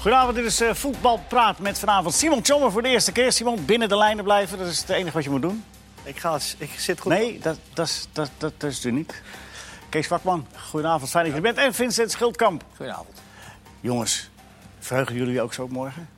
Goedenavond, dit is Voetbalpraat met vanavond Simon Tjommer voor de eerste keer. Simon, binnen de lijnen blijven, dat is het enige wat je moet doen. Ik zit goed. Nee, dat is het niet. Kees Vakman, goedenavond, fijn dat je er bent. En Vincent Schildkamp. Goedenavond. Jongens, verheugen jullie ook zo op morgen?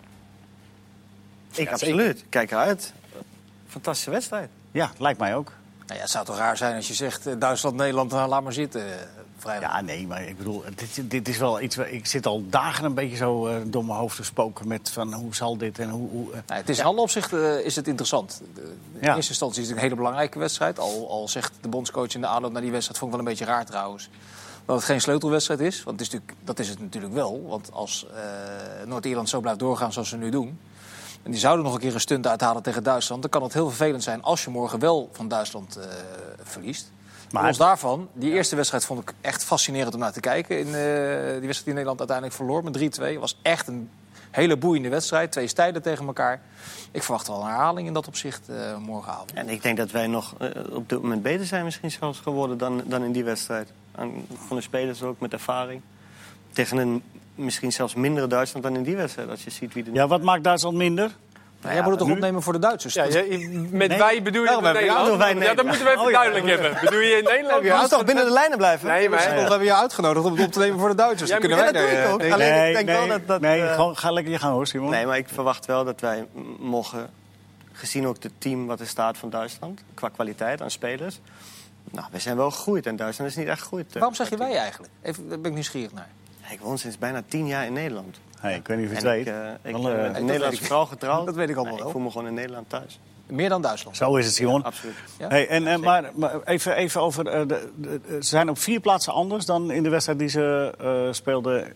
Ik absoluut. Kijk eruit. Fantastische wedstrijd. Ja, lijkt mij ook. Nou ja, het zou toch raar zijn als je zegt Duitsland-Nederland, laat maar zitten vrijdag. Ja, nee, maar ik bedoel, dit is wel iets... Ik zit al dagen een beetje zo door mijn hoofd te spoken met van hoe zal dit en hoe... Nou, het is in alle opzichten is het interessant. In eerste instantie is het een hele belangrijke wedstrijd. Al zegt de bondscoach in de aanloop naar die wedstrijd, vond ik wel een beetje raar trouwens, dat het geen sleutelwedstrijd is. Want dat is het natuurlijk wel. Want als Noord-Ierland zo blijft doorgaan zoals ze nu doen, en die zouden nog een keer een stunt uithalen tegen Duitsland, dan kan het heel vervelend zijn als je morgen wel van Duitsland verliest. Maar los daarvan, die eerste wedstrijd vond ik echt fascinerend om naar te kijken. Die wedstrijd die Nederland uiteindelijk verloor met 3-2. Was echt een hele boeiende wedstrijd. 2 stijlen tegen elkaar. Ik verwacht wel een herhaling in dat opzicht morgenavond. En ik denk dat wij nog op dit moment beter zijn misschien zelfs geworden dan in die wedstrijd. Van de spelers ook met ervaring. Tegen een misschien zelfs mindere Duitsland dan in die wedstrijd. Als je ziet wie Ja, wat maakt Duitsland minder? Nou, jij moet het toch opnemen voor de Duitsers? Ja, met wij bedoel je Nederland? Ja, dat moeten we even duidelijk hebben. Bedoel je in Nederland? Je moet toch binnen de lijnen blijven? Nee, maar we hebben je uitgenodigd om het op te nemen voor de Duitsers. Ja, kunnen wij dat doe ik ook. Alleen ik denk wel dat... gewoon, ga lekker je gang hoor, Simon. Nee, maar ik verwacht wel dat wij mogen, gezien ook het team wat er staat van Duitsland, qua kwaliteit aan spelers, nou, we zijn wel gegroeid en Duitsland is niet echt gegroeid. Waarom zeg je wij eigenlijk? Even, daar ben ik nieuwsgierig naar. Ik woon sinds bijna 10 jaar in Nederland. Hey, ik weet niet of je het weet. Ik ben een Nederlandse vrouw getrouwd. Dat weet ik allemaal wel. Ik voel me gewoon in Nederland thuis. Meer dan Duitsland. Zo is het, Simon. Ja, absoluut. Ja? Hey, maar even over... ze zijn op 4 plaatsen anders dan in de wedstrijd die ze speelden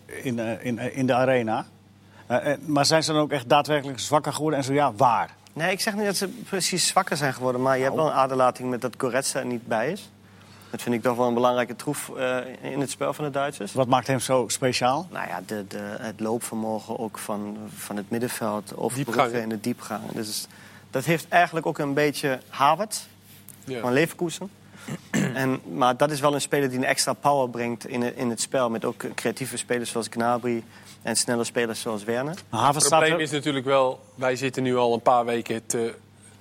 in de arena. Maar zijn ze dan ook echt daadwerkelijk zwakker geworden? En zo ja, waar? Nee, ik zeg niet dat ze precies zwakker zijn geworden. Maar je hebt wel een aderlating met dat Goretzka er niet bij is. Dat vind ik toch wel een belangrijke troef in het spel van de Duitsers. Wat maakt hem zo speciaal? Nou ja, het loopvermogen ook van het middenveld. Overbruggen in de diepgang. Dus dat heeft eigenlijk ook een beetje Havertz van Leverkusen. Maar dat is wel een speler die een extra power brengt in het spel. Met ook creatieve spelers zoals Gnabry en snelle spelers zoals Werner. Het probleem is natuurlijk wel, wij zitten nu al een paar weken te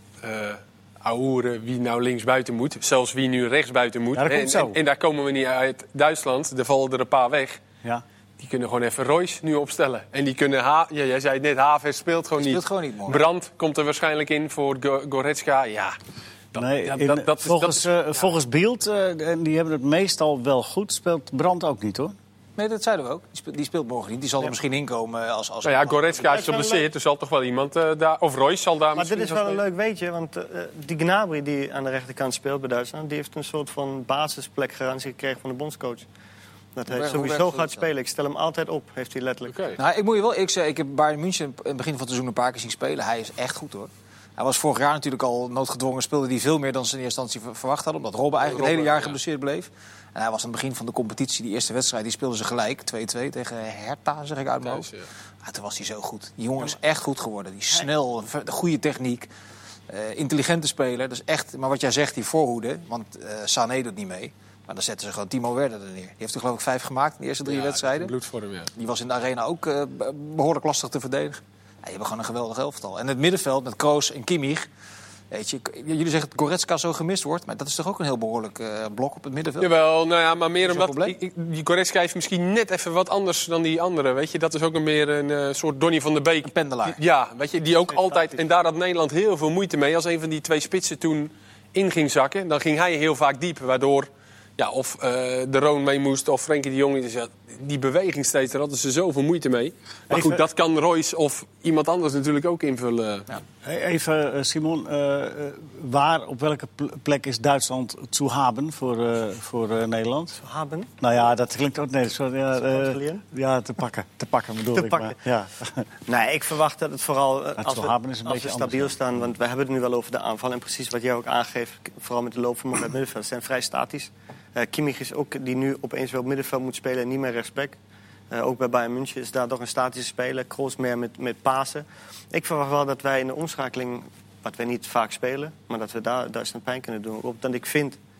ahoeren wie nou linksbuiten moet. Zelfs wie nu rechtsbuiten moet. Ja, en daar komen we niet uit Duitsland. Er vallen er een paar weg. Ja. Die kunnen gewoon even Royce nu opstellen. En die kunnen... jij zei het net, Havertz speelt gewoon niet. Brandt komt er waarschijnlijk in voor Goretzka. Ja. Volgens Bild, en die hebben het meestal wel goed, speelt Brandt ook niet hoor. Nee, dat zeiden we ook. Die speelt morgen niet. Die zal er misschien inkomen als... Nou ja, Goretzka is geblesseerd. Er zal toch wel iemand daar... Of Royce zal daar misschien... Maar dit is wel een leuk weetje. Want die Gnabry die aan de rechterkant speelt bij Duitsland, die heeft een soort van basisplekgarantie gekregen van de bondscoach. Dat hij sowieso gaat spelen. Ik stel hem altijd op, heeft hij letterlijk. Okay. Nou, ik moet je wel... Ik heb Bayern München in het begin van het seizoen een paar keer zien spelen. Hij is echt goed hoor. Hij was vorig jaar natuurlijk al noodgedwongen. Speelde hij veel meer dan ze in eerste instantie verwacht hadden. Omdat Robben eigenlijk het hele jaar geblesseerd bleef. En hij was aan het begin van de competitie, die eerste wedstrijd, die speelden ze gelijk. 2-2 tegen Hertha, zeg ik uit mijn hoofd. Ja, toen was hij zo goed. Die jongen is echt goed geworden. Die is snel, de goede techniek. Intelligente speler. Dus echt, maar wat jij zegt, die voorhoede. Want Sané doet niet mee. Maar dan zetten ze gewoon Timo Werner er neer. Die heeft er geloof ik 5 gemaakt in de eerste 3 wedstrijden. Bloedvorm, ja. Die was in de arena ook behoorlijk lastig te verdedigen. Ja, je hebt gewoon een geweldig elftal. En het middenveld met Kroos en Kimmich. Weet je, jullie zeggen dat Goretzka zo gemist wordt, maar dat is toch ook een heel behoorlijk blok op het middenveld? Jawel, nou ja, maar meer omdat die Goretzka is misschien net even wat anders dan die andere. Weet je, dat is ook meer een soort Donny van der Beek. Een pendelaar. Ja, weet je, die ook altijd... En daar had Nederland heel veel moeite mee. Als een van die 2 spitsen toen in ging zakken, dan ging hij heel vaak diep. Waardoor of de Roon mee moest of Frenkie de Jong. Dus die beweging steeds, daar hadden ze zoveel moeite mee. Maar goed, dat kan Royce of iemand anders natuurlijk ook invullen. Ja. Even, Simon, op welke plek is Duitsland zu haben voor Nederland? Zu haben? Nou ja, dat klinkt ook... Nee, te pakken bedoel ik. Maar, ja. Nee, ik verwacht dat het vooral als we stabiel staan. Want we hebben het nu wel over de aanval. En precies wat jij ook aangeeft, vooral met de loopvermogen uit het middenveld, zijn vrij statisch. Kimmich is ook die nu opeens wel op middenveld moet spelen en niet meer rechtsback. Ook bij Bayern München is daar toch een statische speler. Kroos meer met Pasen. Ik verwacht wel dat wij in de omschakeling, wat wij niet vaak spelen, maar dat we daar Duitsland pijn kunnen doen. Dat ik vind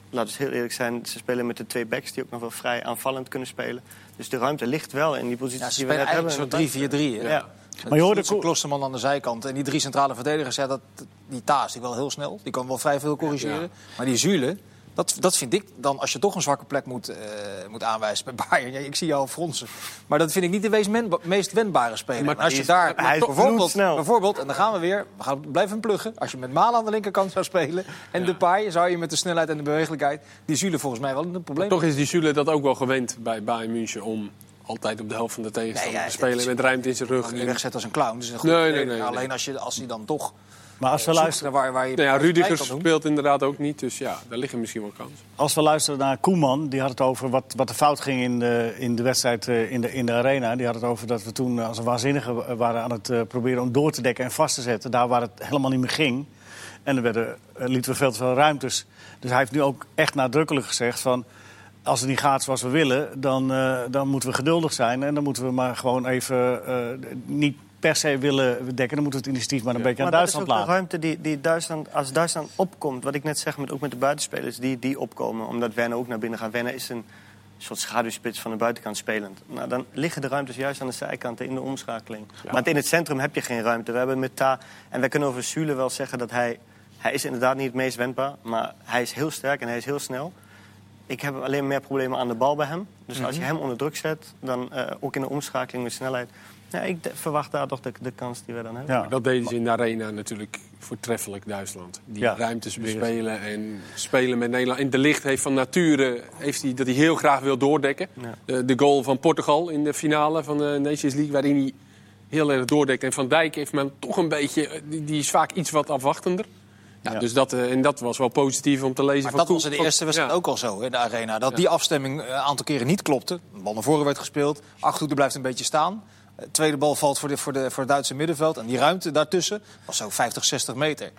laten we heel eerlijk zijn, ze spelen met de 2 backs die ook nog wel vrij aanvallend kunnen spelen. Dus de ruimte ligt wel in die positie die we net hebben. Zo'n 3-4-3. Ja. Maar je hoorde Klosterman aan de zijkant en die 3 centrale verdedigers. Ja, die Taas die wel heel snel. Die kan wel vrij veel corrigeren. Ja. Maar die Zule, dat vind ik dan, als je toch een zwakke plek moet aanwijzen bij Bayern. Ja, ik zie jou fronsen. Maar dat vind ik niet de meest wendbare speler. Maar als je daar bijvoorbeeld, en dan gaan we weer, we gaan blijven pluggen. Als je met Malen aan de linkerkant zou spelen en Depay, zou je met de snelheid en de bewegelijkheid die Zule volgens mij wel een probleem. Maar toch is die Zule dat ook wel gewend bij Bayern München om altijd op de helft van de tegenstander te spelen met ruimte in zijn rug. Niet wegzet als een clown. Dus een nee. Alleen als hij dan toch. Maar als we luisteren waar je Rudiger speelt inderdaad ook niet, dus ja, daar liggen misschien wel kansen. Als we luisteren naar Koeman, die had het over wat er fout ging in de wedstrijd in de arena. Die had het over dat we toen als een waanzinnige waren aan het proberen om door te dekken en vast te zetten. Daar waar het helemaal niet meer ging. En er lieten we veel te veel ruimtes. Dus hij heeft nu ook echt nadrukkelijk gezegd van, als het niet gaat zoals we willen, dan moeten we geduldig zijn. En dan moeten we maar gewoon even niet per se willen dekken. Dan moeten we het initiatief maar een beetje aan Duitsland laten. Maar dat is ook de ruimte die Duitsland, als Duitsland opkomt, wat ik net zeg, ook met de buitenspelers die opkomen, omdat Werner ook naar binnen gaat. Werner is een soort schaduwspits van de buitenkant spelend. Nou, dan liggen de ruimtes juist aan de zijkanten in de omschakeling. Ja. Maar in het centrum heb je geen ruimte. We hebben met en wij kunnen over Süle wel zeggen dat hij is inderdaad niet het meest wendbaar, maar hij is heel sterk en hij is heel snel. Ik heb alleen meer problemen aan de bal bij hem. Dus als je hem onder druk zet, dan ook in de omschakeling met snelheid. Ja, ik verwacht daar toch de kans die we dan hebben. Ja. Dat deden ze in de arena natuurlijk voortreffelijk, Duitsland. Die ruimtes bespelen en spelen met Nederland. En De Ligt heeft van nature dat hij heel graag wil doordekken. Ja. De goal van Portugal in de finale van de Nations League, waarin hij heel erg doordekt. En Van Dijk heeft men toch een beetje, die is vaak iets wat afwachtender. Ja, dus dat was wel positief om te lezen. Maar dat was in de eerste wedstrijd ook al zo in de arena. Dat die afstemming een aantal keren niet klopte. De bal naar voren werd gespeeld. Achterhoede blijft een beetje staan. De tweede bal valt voor het Duitse middenveld. En die ruimte daartussen was zo 50, 60 meter.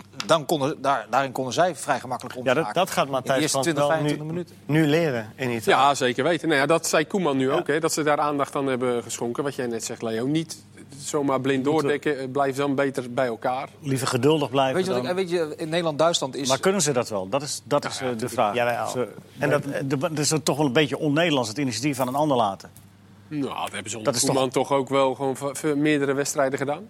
Daarin konden zij vrij gemakkelijk omschakelen. Ja, dat gaat Matthijs van 20, 25 minuten nu leren in Italië. Ja, zeker weten. Nou ja, dat zei Koeman nu ook. Hè, dat ze daar aandacht aan hebben geschonken. Wat jij net zegt, Leo. Niet zomaar blind doordekken. Blijf dan beter bij elkaar. Liever geduldig blijven. Weet je, in Nederland-Duitsland is... Maar kunnen ze dat wel? Dat is de vraag. Ja, dat is toch wel een beetje on-Nederlands, het initiatief aan een ander laten. Nou, dat hebben ze onder Koeman toch ook wel gewoon meerdere wedstrijden gedaan?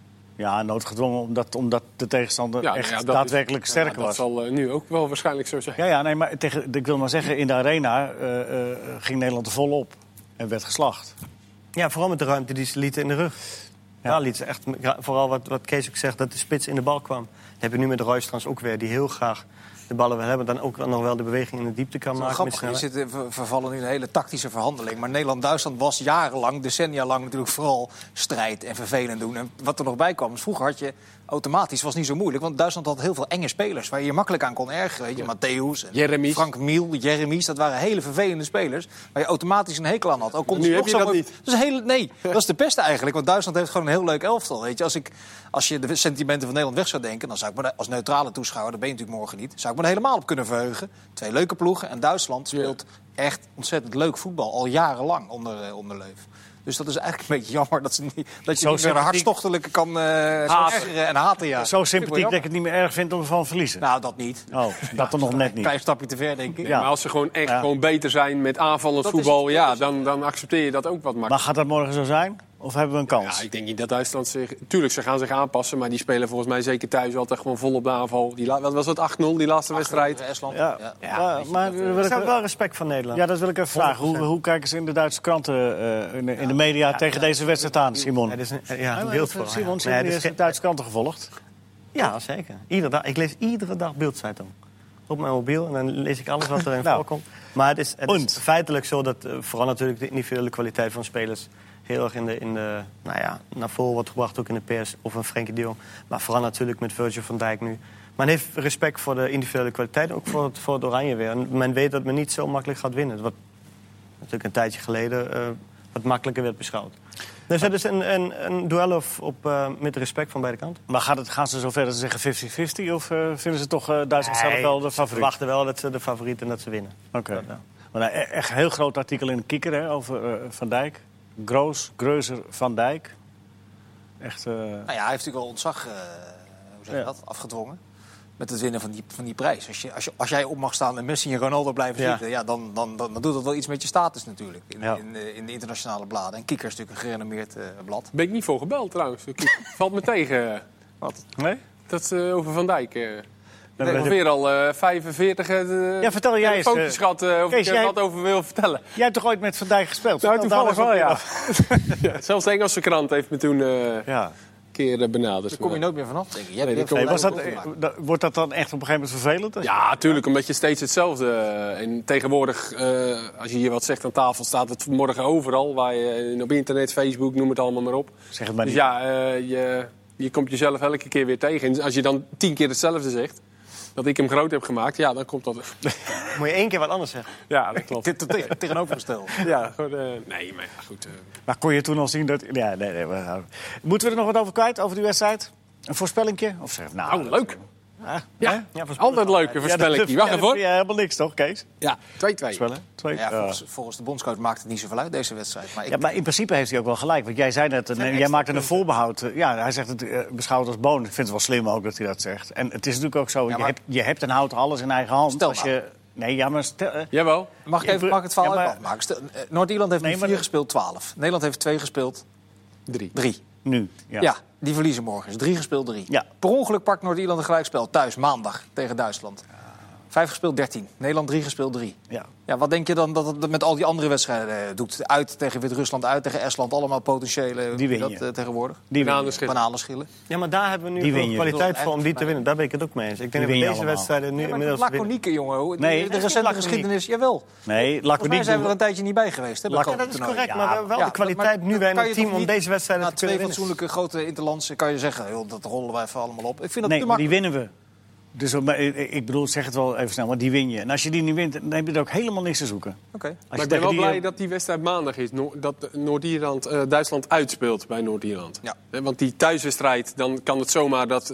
Ja, noodgedwongen, omdat de tegenstander daadwerkelijk sterker was. Dat zal nu ook wel waarschijnlijk zo zijn. Ja, nee, maar ik wil maar zeggen, in de arena ging Nederland er volop en werd geslacht. Ja, vooral met de ruimte die ze lieten in de rug. Ja, liet ze echt, vooral wat Kees ook zegt, dat de spits in de bal kwam. Dat heb je nu met de Royce ook weer, die heel graag de ballen wil hebben, dan ook nog wel de beweging in de diepte kan maken. We vervallen nu in een hele tactische verhandeling. Maar Nederland-Duitsland was jarenlang, decennia lang natuurlijk vooral strijd en vervelend doen. En wat er nog bij kwam, vroeger had je automatisch, was niet zo moeilijk. Want Duitsland had heel veel enge spelers waar je je makkelijk aan kon ergeren. Weet je, Matthäus, Jeremies. Frank Miel, Jeremies, dat waren hele vervelende spelers waar je automatisch een hekel aan had. Ook nu heb je dat niet. Dat is de peste eigenlijk, want Duitsland heeft gewoon een heel leuk elftal. Weet je, als je de sentimenten van Nederland weg zou denken, dan zou ik me als neutrale toeschouwer, dat ben je natuurlijk morgen niet, zou ik me er helemaal op kunnen verheugen. 2 leuke ploegen en Duitsland speelt echt ontzettend leuk voetbal, al jarenlang onder Leuf. Dus dat is eigenlijk een beetje jammer dat je niet meer hartstochtelijk kan ergeren en haten. Ja. Zo sympathiek dat ik het niet meer erg vind om ervan te verliezen. Nou, dat niet. Oh, dat er nog net niet. Een klein stapje te ver, denk ik. Ja. Maar als ze gewoon echt gewoon beter zijn met aanvallend voetbal, dan accepteer je dat ook wat makkelijker. Maar gaat dat morgen zo zijn? Of hebben we een kans? Ja, ik denk niet dat Duitsland zich... Tuurlijk, ze gaan zich aanpassen, maar die spelen volgens mij zeker thuis altijd gewoon vol op de aanval. Wat was het, 8-0, die laatste wedstrijd? Estland. Maar ik heb wel respect van Nederland. Ja, dat wil ik even vragen. Hoe kijken ze in de Duitse kranten, in de media tegen deze wedstrijd aan, Simon? Het is een beeldvorm. Simon, heb je de Duitse kranten gevolgd? Ja, zeker. Ik lees iedere dag Bild-Zeitung. Op mijn mobiel en dan lees ik alles wat erin voorkomt. Maar het is feitelijk zo dat vooral natuurlijk de individuele kwaliteit van spelers heel erg in de naar voren wordt gebracht, ook in de pers, of een Frenkie de Jong. Maar vooral natuurlijk met Virgil van Dijk nu. Maar men heeft respect voor de individuele kwaliteit, ook voor het Oranje weer. En men weet dat men niet zo makkelijk gaat winnen. Wat natuurlijk een tijdje geleden wat makkelijker werd beschouwd. Dus het is een duel met respect van beide kanten. Maar gaan ze zover dat ze zeggen 50-50? Of vinden ze toch Duitsland zelf wel de favoriet? Ze verwachten wel dat ze de favoriet en dat ze winnen. Oké. Maar echt een heel groot artikel in de Kikker over Van Dijk. Greuzer Van Dijk. Echt... hij heeft natuurlijk al ontzag afgedwongen. met het winnen van die prijs. Als jij op mag staan en Messi en Ronaldo blijven zitten... dan doet dat wel iets met je status natuurlijk. In de internationale bladen. En Kicker is natuurlijk een gerenommeerd blad. Ben ik niet voor gebeld trouwens. Valt me tegen. Wat? Nee? Dat over Van Dijk. Ik heb ongeveer al 45 vertel jij eens, foto's gehad of ik er wat over wil vertellen. Jij hebt toch ooit met Van Dijk gespeeld? Nou, toevallig wel, ja. Zelfs de Engelse krant heeft me toen een keer benaderd. Daar kom je nooit meer vanaf, denk ik. Wordt dat dan echt op een gegeven moment vervelend? Ja, natuurlijk, omdat je steeds hetzelfde... En tegenwoordig, als je hier wat zegt aan tafel, staat het morgen overal. Waar je op internet, Facebook, noem het allemaal maar op. Zeg het maar niet. Dus je komt jezelf elke keer weer tegen. En als je dan 10 keer hetzelfde zegt... dat ik hem groot heb gemaakt, dan komt dat... Moet je 1 keer wat anders zeggen? Ja, dat klopt. Tegenovergesteld. Ja, nee, maar goed. Maar kon je toen al zien dat... Ja, nee. Moeten we er nog wat over kwijt, over die wedstrijd? Een voorspellingje? Of zeg, leuk. Ja, altijd leuke voorspelling. Wacht even hoor. Ja, helemaal niks toch, Kees? Ja, 2-2. Volgens de bondscoach maakt het niet zoveel uit, deze wedstrijd. Maar in principe heeft hij ook wel gelijk. Want jij zei net, jij maakte een voorbehoud. Hij zegt het beschouwd als boon. Ik vind het wel slim ook dat hij dat zegt. En het is natuurlijk ook zo, je hebt en houdt alles in eigen hand. Stel als je... Nee, ja, maar... Jawel. Mag ik het verhaal even afmaken? Noord-Ierland heeft 4 gespeeld, 12. Nederland heeft 2 gespeeld, 3. Nu, ja, die verliezen morgen. Is 3 gespeeld, 3. Ja. Per ongeluk pakt Noord-Ierland een gelijkspel thuis, maandag, tegen Duitsland. 5 gespeeld, 13. Nederland 3 gespeeld, 3. Ja, wat denk je dan dat het met al die andere wedstrijden doet? Uit tegen Wit-Rusland, uit tegen Estland. Allemaal potentiële die win je. Tegenwoordig. Bananenschillen. Ja, maar daar hebben we nu kwaliteit voor om die te winnen. Daar ben ik het ook mee eens. Ik denk dat deze wedstrijden nu inmiddels laconieke, jongen. Nee, de recente geschiedenis, jawel. Nee, volgens mij zijn we er een tijdje niet bij geweest. Dat is correct, maar wel de kwaliteit nu bij een team om deze wedstrijden te kunnen winnen. 2 fatsoenlijke grote interlandse kan je zeggen, dat rollen wij even allemaal op. Ik vind dat nee, maar die winnen we. Dus ik bedoel, zeg het wel even snel, maar die win je. En als je die niet wint, dan heb je er ook helemaal niks te zoeken. Okay. Maar ik ben wel blij dat die wedstrijd maandag is. Dat Duitsland uitspeelt bij Noord-Ierland. Ja. Want die thuiswedstrijd, dan kan het zomaar dat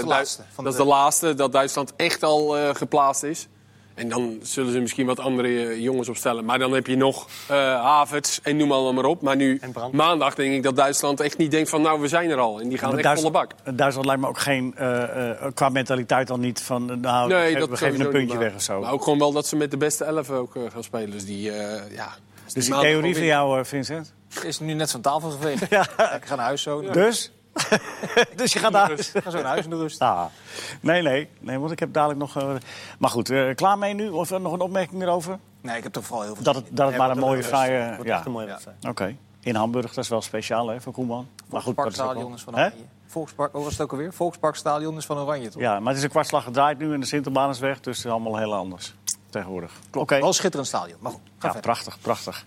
is de laatste, dat Duitsland echt al geplaatst is. En dan zullen ze misschien wat andere jongens opstellen. Maar dan heb je nog Havertz en noem allemaal maar op. Maar nu, maandag, denk ik dat Duitsland echt niet denkt van... we zijn er al. En die gaan echt volle bak. Duitsland lijkt me ook geen... qua mentaliteit al niet van... we geven een puntje weg of zo. Maar ook gewoon wel dat ze met de beste 11 ook gaan spelen. Dus die, Dus die theorie van jou, Vincent? Is nu net van tafel geveegd. Ik ga naar huis zo. Ja. Dus? Dus je gaat naar huis? Ik ga zo naar huis in de rust. Nee, want ik heb dadelijk nog... Maar goed, klaar mee nu? Of nog een opmerking erover? Nee, ik heb toch vooral heel veel... Dat het maar een mooie, fraaie... Ja, een mooie wedstrijd. Oké. In Hamburg, dat is wel speciaal hè, voor Koeman. Maar goed, Volksparkstadion is van Oranje. Volkspark, was het ook alweer? Volksparkstadion is van Oranje, toch? Ja, maar het is een kwartslag gedraaid nu en de Sinterbaan is weg. Dus het is allemaal heel anders tegenwoordig. Klopt, wel een schitterend stadion. Maar goed, prachtig.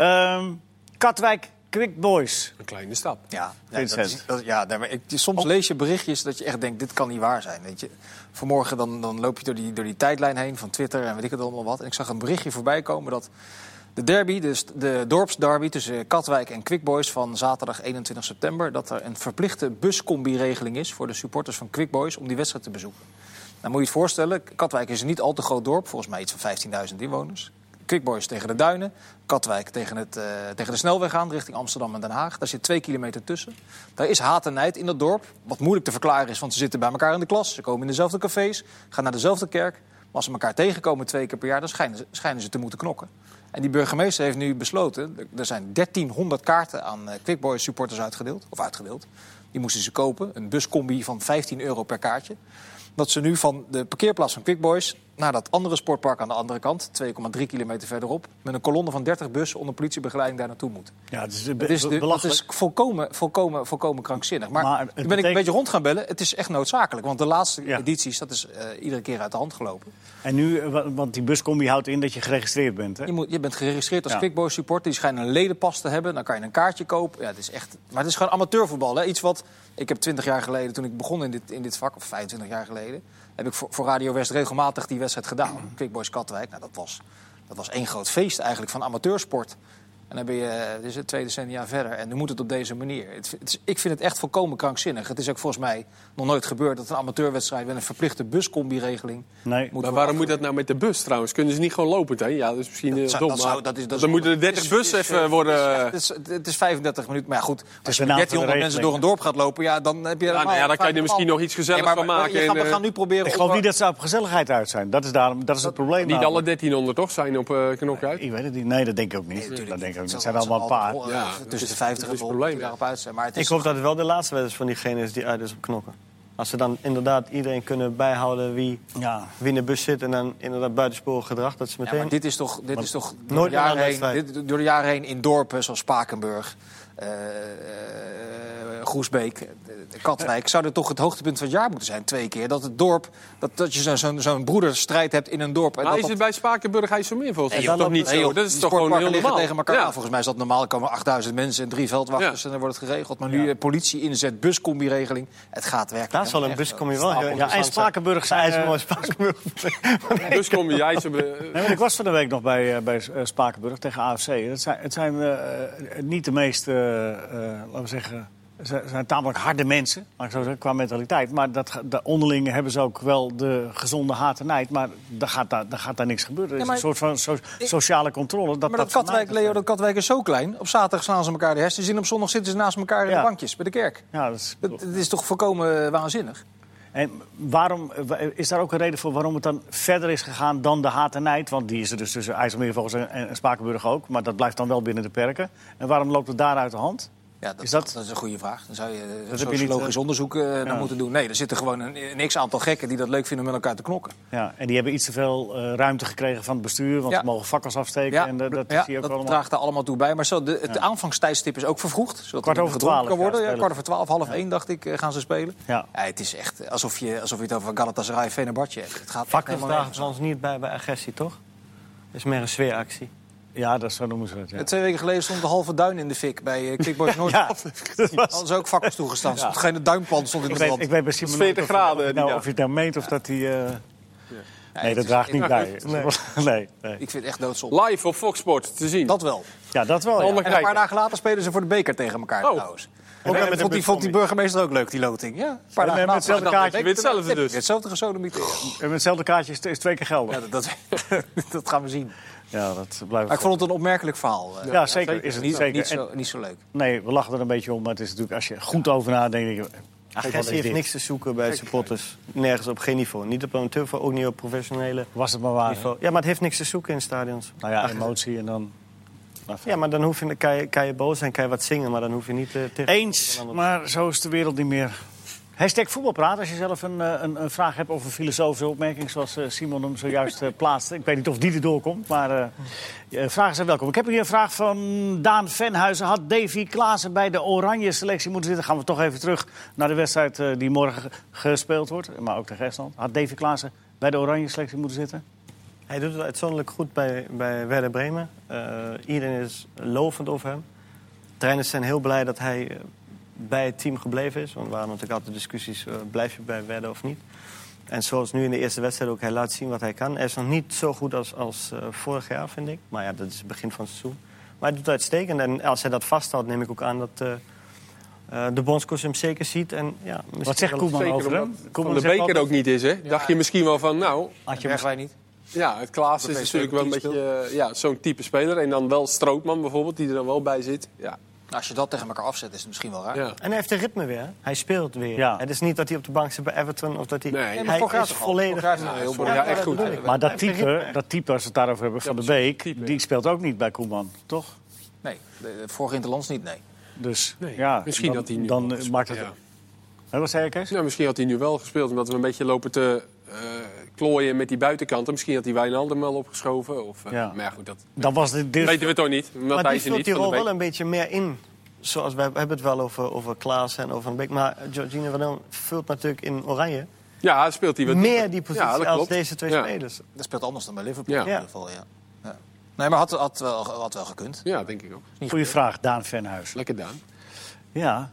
Katwijk Quick Boys. Een kleine stap. Ja, Vincent. Soms lees je berichtjes dat je echt denkt, dit kan niet waar zijn. Weet je. Vanmorgen dan loop je door die tijdlijn heen van Twitter en weet ik het allemaal wat. En ik zag een berichtje voorbij komen dat de derby, dus de dorpsderby tussen Katwijk en Quick Boys van zaterdag 21 september... dat er een verplichte buscombi-regeling is voor de supporters van Quick Boys om die wedstrijd te bezoeken. Nou moet je het voorstellen, Katwijk is een niet al te groot dorp, volgens mij iets van 15.000 inwoners. Quick Boys tegen de Duinen, Katwijk tegen de snelweg aan richting Amsterdam en Den Haag. Daar zit 2 kilometer tussen. Daar is haat en nijd in dat dorp. Wat moeilijk te verklaren is, want ze zitten bij elkaar in de klas. Ze komen in dezelfde cafés, gaan naar dezelfde kerk. Maar als ze elkaar tegenkomen 2 keer per jaar, dan schijnen ze te moeten knokken. En die burgemeester heeft nu besloten, er zijn 1300 kaarten aan Quick Boys supporters uitgedeeld. Die moesten ze kopen, een buscombi van €15 per kaartje. Dat ze nu van de parkeerplaats van Quick Boys naar dat andere sportpark aan de andere kant, 2,3 kilometer verderop, met een kolonne van 30 bussen onder politiebegeleiding daar naartoe moeten. Ja, het is volkomen krankzinnig. Maar toen ben ik een beetje rond gaan bellen. Het is echt noodzakelijk, want de laatste edities, dat is iedere keer uit de hand gelopen. En nu, want die buscombi houdt in dat je geregistreerd bent, hè? Je bent geregistreerd als Quick Boys supporter. Die schijnen een ledenpas te hebben. Dan kan je een kaartje kopen. Ja, het is echt... Maar het is gewoon amateurvoetbal, hè? Iets wat... Ik heb 20 jaar geleden, toen ik begon in dit vak, of 25 jaar geleden, heb ik voor Radio West regelmatig die wedstrijd gedaan. Quick Boys Katwijk. Nou, dat was één groot feest eigenlijk van amateursport. En dan ben je dus 2 decennia verder. En nu moet het op deze manier. Ik vind het echt volkomen krankzinnig. Het is ook volgens mij nog nooit gebeurd dat een amateurwedstrijd met een verplichte buscombi-regeling. Nee. Maar waarom moet dat nou met de bus trouwens? Kunnen ze niet gewoon lopen? Hè? Ja, dat is misschien dom. Dan moeten de 30 bussen even worden. Het is 35 minuten. Maar ja, goed, als je met 1300 mensen door een dorp gaat lopen, ja, dan heb je. Dan kan je er misschien nog iets gezelligs van maken. We gaan nu proberen. Ik geloof niet dat ze op gezelligheid uit zijn. Dat is het probleem. Niet alle 1300 toch zijn op Knock-Uit? Ik weet het niet. Nee, dat denk ik ook niet. Dat denk ik ook. Het zijn allemaal een paar. Tussen de 50 en 100 die daarop uit zijn. Maar ik hoop dat het wel de laatste wedstrijd van diegene is die uit is op knokken. Als ze dan inderdaad iedereen kunnen bijhouden wie in de bus zit en dan inderdaad buitensporig gedrag, dat ze meteen. Ja, maar dit is toch door de jaren heen in dorpen zoals Spakenburg, Groesbeek, Katwijk, zou er toch het hoogtepunt van het jaar moeten zijn. 2 keer. Dat het dorp, dat je zo'n broederstrijd hebt in een dorp. Maar is het bij Spakenburg IJsselmeer volgens mij toch niet zo? Dat is toch gewoon heel normaal. Tegen elkaar. Volgens mij is dat normaal. Er komen 8000 mensen en 3 veldwachters en dan wordt het geregeld. Maar nu politie inzet, buscombi-regeling. Het gaat werken. Daar zal een buscombi wel. Ja, en Spakenburg zijn mooi. Spakenburg. Buscombi IJsselmeer. Ik was van de week nog bij Spakenburg tegen AFC. Het zijn niet de meest, laten we zeggen. Ze zijn tamelijk harde mensen, maar ik zou zeggen, qua mentaliteit. Maar onderling hebben ze ook wel de gezonde haat en nijd. Maar daar gaat daar niks gebeuren. Er is een soort van sociale controle. Dat Katwijk is zo klein. Op zaterdag slaan ze elkaar de hersens in. Op zondag zitten ze naast elkaar in de bankjes bij de kerk. Ja, het is toch volkomen waanzinnig. En waarom is daar ook een reden voor waarom het dan verder is gegaan dan de haat en nijd? Want die is er dus tussen IJsselmeervogels en Spakenburg ook. Maar dat blijft dan wel binnen de perken. En waarom loopt het daar uit de hand? Ja, dat is een goede vraag. Dan zou je een sociologisch onderzoek naar moeten doen. Nee, er zitten gewoon een x-aantal gekken die dat leuk vinden om met elkaar te knokken. Ja, en die hebben iets te veel ruimte gekregen van het bestuur. Want ze mogen fakkels afsteken. Ja, en dat draagt daar allemaal toe bij. Maar het aanvangstijdstip is ook vervroegd. Zodat 12:15 kan worden. 12:15, 1:30 dacht ik, gaan ze spelen. Ja. Het is echt alsof je het over Galatasaray Fenerbahce hebt. Het gaat fakkels dragen ze ons niet bij agressie, toch? Het is meer een sfeeractie. Ja, dat zo noemen ze het. Ja. 2 weken geleden stond de halve duin in de fik bij Quickboys Noord. Hadden ze ook fakkels toegestaan. Geen duimplan stond in de brand. Ik weet bij Simon 40 graden. Of je het nou meent of dat hij... Nee, dat draagt niet bij. Nee. Ik vind het echt doodzonde. Live op Fox Sport te zien. Dat wel. Ja, dat wel. En een paar dagen later spelen ze voor de beker tegen elkaar trouwens. Vond die burgemeester ook leuk, die loting. Ja, een paar dagen met hetzelfde kaartje. Hetzelfde dus. Hetzelfde gesodemieter. En met hetzelfde kaartje is 2 keer geldig. Ja, dat gaan we zien. Ja, dat blijft. Maar ik vond het een opmerkelijk verhaal. Ja, zeker. Is het niet zo leuk. Nee, we lachen er een beetje om. Maar het is natuurlijk, als je goed over nadenkt... Agressie heeft niks te zoeken bij supporters. Nergens, op geen niveau. Niet op amateurniveau, ook niet op professionele was het maar waar, niveau. Ja, maar het heeft niks te zoeken in stadions. Nou ja, emotie en dan... Ja, maar dan kan je boos zijn, kan je wat zingen, maar dan hoef je niet tegen... Eens, maar zo is de wereld niet meer. #voetbalpraat, als je zelf een vraag hebt of een filosofische opmerking... zoals Simon hem zojuist plaatste. Ik weet niet of die erdoor komt, maar vragen zijn welkom. Ik heb hier een vraag van Daan Venhuizen. Had Davy Klaassen bij de Oranje selectie moeten zitten? Gaan we toch even terug naar de wedstrijd die morgen gespeeld wordt. Maar ook tegen Estland. Had Davy Klaassen bij de Oranje selectie moeten zitten? Hij doet het uitzonderlijk goed bij Werder Bremen. Iedereen is lovend over hem. Trainers zijn heel blij dat hij bij het team gebleven is. Want er waren natuurlijk altijd discussies, blijf je bij Werder of niet. En zoals nu in de eerste wedstrijd ook, hij laat zien wat hij kan. Hij is nog niet zo goed als vorig jaar, vind ik. Maar ja, dat is het begin van het seizoen. Maar hij doet het uitstekend. En als hij dat vasthoudt, neem ik ook aan dat de bondscoach hem zeker ziet. En, ja, wat zegt Koeman over hem? Van de beker ook niet is, hè? Dacht je misschien wel van, nou... Had je wij niet? Ja, het Klaassen is natuurlijk wel een beetje zo'n type speler. En dan wel Strootman bijvoorbeeld, die er dan wel bij zit. Ja. Als je dat tegen elkaar afzet, is het misschien wel raar. Ja. En hij heeft een ritme weer. Hij speelt weer. Ja. Het is niet dat hij op de bank zit bij Everton of dat hij... Nee, hij is volledig... echt goed. Maar dat type, als we het daarover hebben, Van de Beek... die speelt ook niet bij Koeman, toch? Nee, vorige interlands niet, nee. Dus misschien dat hij nu dan maakt het... Wat zei je, Kees? Nou, misschien had hij nu wel gespeeld, omdat we een beetje lopen te klooien met die buitenkanten. Misschien had hij Wijnaldum wel opgeschoven. Of, maar ja, goed, dat was weten we toch niet. Maar die vult die rol wel een beetje meer in. Zoals we hebben het wel over Klaassen en over Van Beek. Maar Georginio Van Dam vult natuurlijk in Oranje... Ja, speelt hij wat meer die positie als deze 2 spelers. Dat speelt anders dan bij Liverpool in ieder geval, Nee, maar had wel gekund. Ja, denk ik ook. Goeie vraag, Daan Venhuis. Lekker Daan. Ja.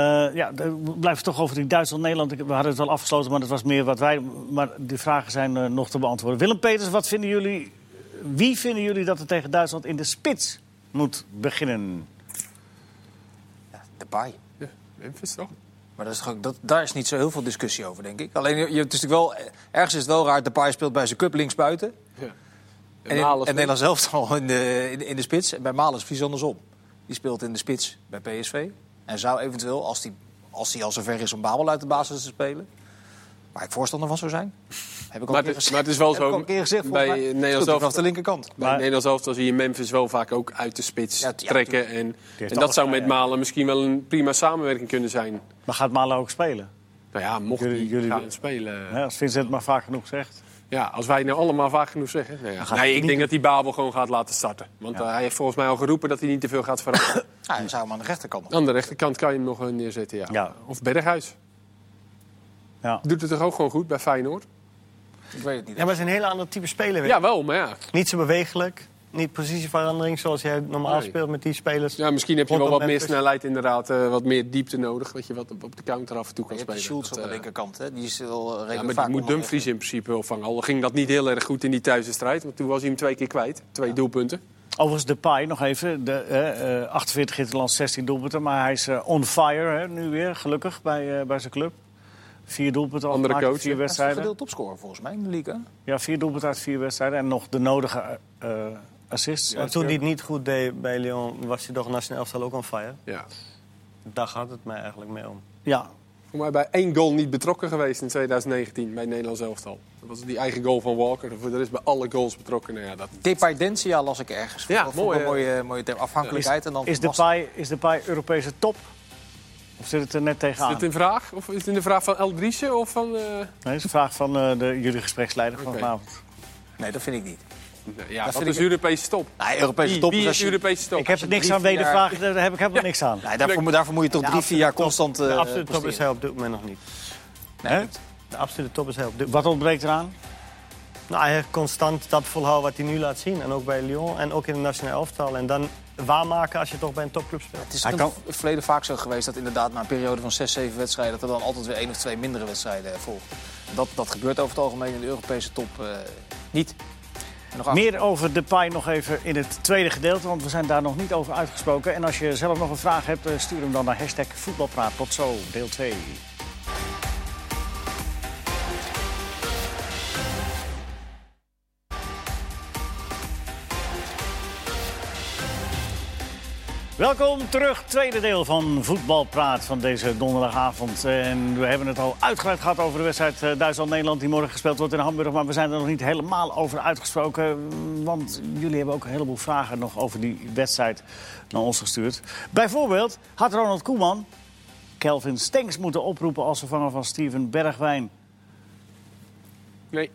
We blijven toch over die Duitsland-Nederland. We hadden het wel afgesloten, maar dat was meer wat wij... Maar de vragen zijn nog te beantwoorden. Willem Peters, wie vinden jullie dat er tegen Duitsland in de spits moet beginnen? Ja, Depay. Ja, Memphis toch? Maar daar is niet zo heel veel discussie over, denk ik. Alleen, het is natuurlijk wel, ergens is het wel raar. Depay speelt bij zijn club linksbuiten. Ja. En Nederland zelf al in de spits. En bij Malen is het precies andersom. Die speelt in de spits bij PSV. En zou eventueel, als hij al zover is om Babel uit de basis te spelen... waar ik voorstander van zou zijn... Heb ik al maar het is wel zo, bij Nederland zelf vanaf de linkerkant. Bij Nederland zelf zie je Memphis wel vaak ook uit de spits trekken. En dat zou met Malen misschien wel een prima samenwerking kunnen zijn. Maar gaat Malen ook spelen? Nou ja, mocht jullie gaan spelen. Ja, als Vincent het maar vaak genoeg zegt. Ja, als wij het nou allemaal vaak genoeg zeggen. Nee, ik denk dat hij Babel gewoon gaat laten starten. Want hij heeft volgens mij al geroepen dat hij niet te veel gaat veranderen. Hij zou hem aan de rechterkant. Aan de rechterkant kan je hem nog neerzetten, ja. Of Berghuis. Ja. Doet het toch ook gewoon goed bij Feyenoord? Ik weet het niet. Ja, maar het is een hele andere type speler. Ja, wel, maar ja. Niet zo bewegelijk. Niet positieverandering zoals jij normaal speelt met die spelers. Ja, misschien heb je wel wat meer snelheid inderdaad. Wat meer diepte nodig. Dat je wat op de counter af en toe kan spelen. Schultz aan de linkerkant, hè? Die is wel redelijk maar vaak... die moet Dumfries in principe opvangen. Al ging dat niet heel erg goed in die thuiswedstrijd. Want toen was hij hem 2 keer kwijt. 2 doelpunten. Overigens Depay nog even. 48 interlands, 16 doelpunten. Maar hij is on fire nu weer, gelukkig, bij zijn club. 4 doelpunten al andere coach, 4 wedstrijden. Hij is gedeeld topscorer volgens mij in de Liga. Ja, 4 doelpunten uit 4 wedstrijden. En nog de nodige assists. Maar toen hij het niet goed deed bij Lyon, was hij toch nationaal elftal ook on fire. Ja. Daar gaat het mij eigenlijk mee om. Ja. Voor mij bij 1 goal niet betrokken geweest in 2019 bij het Nederlands elftal. Dat was die eigen goal van Walker. Voor de rest bij alle goals betrokken. Nou ja, dat... Dependentia las ik ergens. Ja, dat mooie term. Afhankelijkheid. Is Depay Europese top? Of zit het er net tegenaan? Is het een vraag? Of is het in de vraag van El Driesje of van... Nee, dat is een vraag van jullie gespreksleider van vanavond. Nee, dat vind ik niet. Ja, dat is Europese top. Nee, Europese top. Wie is Europese top? Ik heb er niks aan wedervragen, daar heb ik helemaal niks aan. Nee, daarvoor moet je toch 3-4 jaar constant... De absolute top is hij op dit moment nog niet. Nee, de absolute top is hij op dit moment. Wat ontbreekt eraan? Nou, hij heeft constant dat volhouden wat hij nu laat zien. En ook bij Lyon en ook in het nationale elftal. En dan waarmaken als je toch bij een topclub speelt. Het is in het verleden vaak zo geweest dat inderdaad na een periode van 6-7 wedstrijden... dat er dan altijd weer 1 of 2 mindere wedstrijden volgden. Dat gebeurt over het algemeen in de Europese top niet. Meer over Depay nog even in het tweede gedeelte, want we zijn daar nog niet over uitgesproken. En als je zelf nog een vraag hebt, stuur hem dan naar #voetbalpraat. Tot zo, deel 2. Welkom terug, tweede deel van Voetbalpraat van deze donderdagavond. En we hebben het al uitgebreid gehad over de wedstrijd Duitsland-Nederland... die morgen gespeeld wordt in Hamburg. Maar we zijn er nog niet helemaal over uitgesproken. Want jullie hebben ook een heleboel vragen nog over die wedstrijd naar ons gestuurd. Bijvoorbeeld had Ronald Koeman Kelvin Stenks moeten oproepen... als vervanger van Steven Bergwijn. Nee,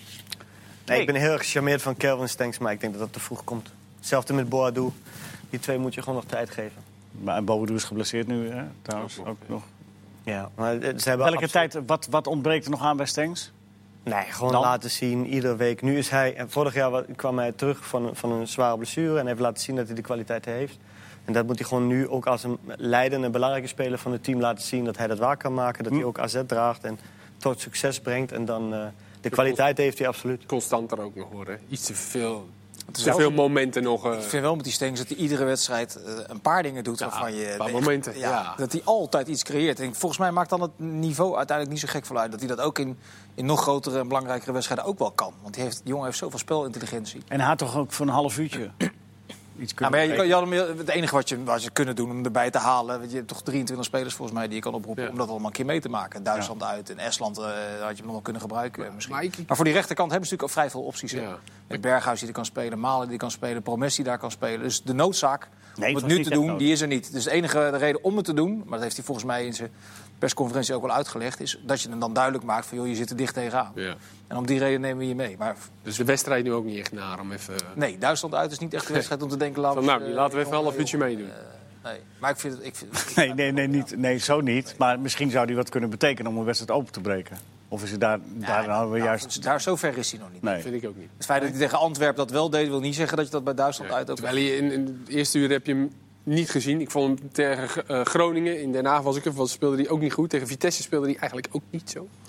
ik ben heel erg gecharmeerd van Kelvin Stenks, maar ik denk dat dat te vroeg komt. Hetzelfde met Boadou. Die 2 moet je gewoon nog tijd geven. Maar Boadou is geblesseerd nu, hè? Trouwens ook nog. Ja, maar ze hebben welke tijd, wat ontbreekt er nog aan bij Stenks? Nee, gewoon laten zien, iedere week. Nu is hij, en vorig jaar kwam hij terug van een zware blessure... en heeft laten zien dat hij de kwaliteit heeft. En dat moet hij gewoon nu ook als een leidende, belangrijke speler van het team laten zien... dat hij dat waar kan maken, dat hij ook AZ draagt en tot succes brengt. En dan de kwaliteit heeft hij absoluut. Constanter ook nog hoor, hè. Iets te veel... Te veel momenten nog. Ik vind wel met die Stenks dat hij iedere wedstrijd een paar dingen doet waarvan je... Een paar momenten, ja. Dat hij altijd iets creëert. En volgens mij maakt dan het niveau uiteindelijk niet zo gek uit. Dat hij dat ook in nog grotere en belangrijkere wedstrijden ook wel kan. Want die jongen heeft zoveel spelintelligentie. En hij had toch ook voor een half uurtje iets kunnen het enige wat je kunnen doen om erbij te halen... Je hebt toch 23 spelers volgens mij die je kan oproepen... om dat allemaal een keer mee te maken. Duitsland uit en Estland had je hem nog kunnen gebruiken misschien. Maar voor die rechterkant hebben ze natuurlijk ook vrij veel opties. Ja. Met Berghuis die er kan spelen, Malen die kan spelen... Promes die daar kan spelen. Dus de noodzaak om het nu te doen, die is er niet. Dus de enige reden om het te doen... maar dat heeft hij volgens mij in zijn persconferentie ook wel uitgelegd... is dat je hem dan duidelijk maakt van... joh, je zit er dicht tegenaan. Ja. En om die reden nemen we je mee. Maar... Dus de wedstrijd nu ook niet echt naar om even... Nee, Duitsland uit is niet echt de wedstrijd om te denken... laten we even een half uurtje meedoen. Nee, maar ik vind het... Nee, zo niet. Maar misschien zou die wat kunnen betekenen om een wedstrijd open te breken. Of is het daar juist... Daar zover is hij nog niet. Nee. Dat vind ik ook niet. Het feit dat hij tegen Antwerpen dat wel deed... wil niet zeggen dat je dat bij Duitsland uit ook... Terwijl je in het eerste uur heb je hem niet gezien. Ik vond hem tegen Groningen, in Den Haag speelde hij ook niet goed. Tegen Vitesse speelde hij eigenlijk ook niet zo.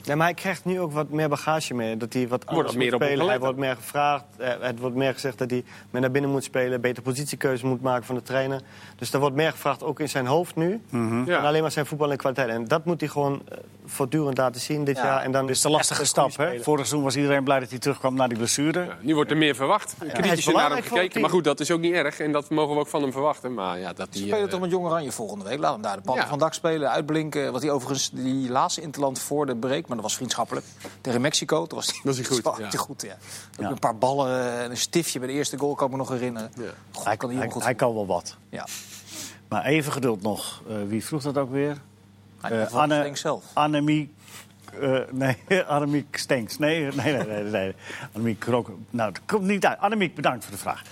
Ja, maar hij krijgt nu ook wat meer bagage mee. Dat hij wat anders moet spelen. Hij wordt meer gevraagd. Het wordt meer gezegd dat hij meer naar binnen moet spelen. Beter positiekeuze moet maken van de trainer. Dus er wordt meer gevraagd, ook in zijn hoofd nu. En alleen maar zijn voetbal en kwaliteit. En dat moet hij gewoon voortdurend laten zien dit jaar. En dan is de lastige stap. Hè? Vorig seizoen was iedereen blij dat hij terugkwam naar die blessure. Ja, nu wordt er meer verwacht. Kritisch naar hem gekeken. Maar goed, dat is ook niet erg. En dat mogen we ook van hem verwachten. Maar ja, dat die, spelen toch met Jong Oranje volgende week. Laat hem daar de pannen van dak spelen, uitblinken. Wat hij overigens die laatste interland voor de break, maar dat was vriendschappelijk. Tegen Mexico, toen was hij goed. Goed, ja. Ook een paar ballen en een stiftje bij de eerste goal, kan ik me nog herinneren. Ja. God, hij kan wel wat. Ja. Maar even geduld nog. Wie vroeg dat ook weer? Annemiek Stenks. Nee. Annemiek Krok. Nou, dat komt niet uit. Annemiek, bedankt voor de vraag.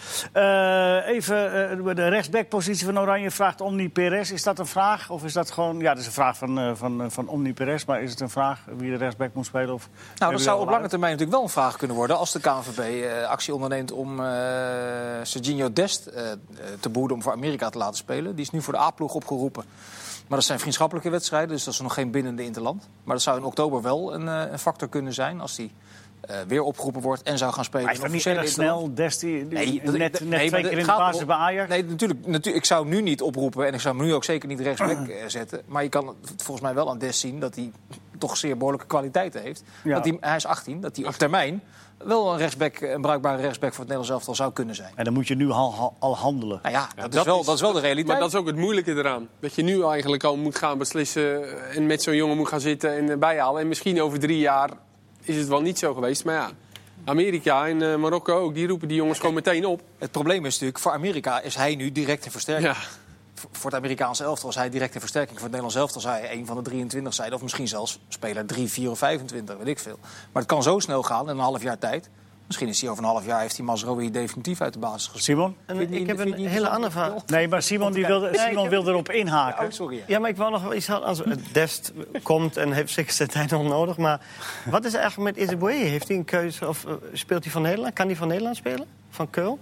Even de rechtsbackpositie van Oranje vraagt Omni Perez. Is dat een vraag? Of is dat gewoon... Ja, dat is een vraag van Omni Perez. Maar is het een vraag wie de rechtsback moet spelen? Of nou, dat zou op lange termijn natuurlijk wel een vraag kunnen worden... als de KNVB actie onderneemt om Serginho Dest te behoeden om voor Amerika te laten spelen. Die is nu voor de A-ploeg opgeroepen. Maar dat zijn vriendschappelijke wedstrijden, dus dat is nog geen bindende interland. Maar dat zou in oktober wel een factor kunnen zijn als die weer opgeroepen wordt en zou gaan spelen. Maar is dat niet erg snel, Desti? Net 2 keer in de basis bij Ajax? Nee, natuurlijk. Ik zou hem nu niet oproepen en ik zou hem nu ook zeker niet rechtsback zetten. Maar je kan volgens mij wel aan Dest zien dat hij toch zeer behoorlijke kwaliteiten heeft. Ja. Hij is 18, dat hij op termijn wel een bruikbare rechtsback voor het Nederlands elftal zou kunnen zijn. En dan moet je nu al handelen. Nou ja, dat is wel de realiteit. Maar dat is ook het moeilijke eraan. Dat je nu eigenlijk al moet gaan beslissen en met zo'n jongen moet gaan zitten en bijhalen. En misschien over 3 jaar is het wel niet zo geweest. Maar ja, Amerika en Marokko ook, die roepen die jongens gewoon meteen op. Het probleem is natuurlijk, voor Amerika is hij nu direct een versterking. Ja. Voor het Amerikaanse elftal was hij direct een versterking. Voor het Nederlands elftal zou hij een van de 23 zijn. Of misschien zelfs speler 3, 4 of 25, weet ik veel. Maar het kan zo snel gaan in een half jaar tijd. Misschien is hij over een half jaar heeft hij Mazraoui definitief uit de basis gezet. Simon? Ik heb een hele andere vraag. Nee, maar Simon wil erop inhaken. Ja, sorry. Ja, maar ik wou nog wel iets hadden. Als Dest komt en heeft zeker zijn tijd nog nodig. Maar wat is er eigenlijk met Iseboe? Heeft hij een keuze? Of speelt hij van Nederland? Kan hij van Nederland spelen? Van Keul?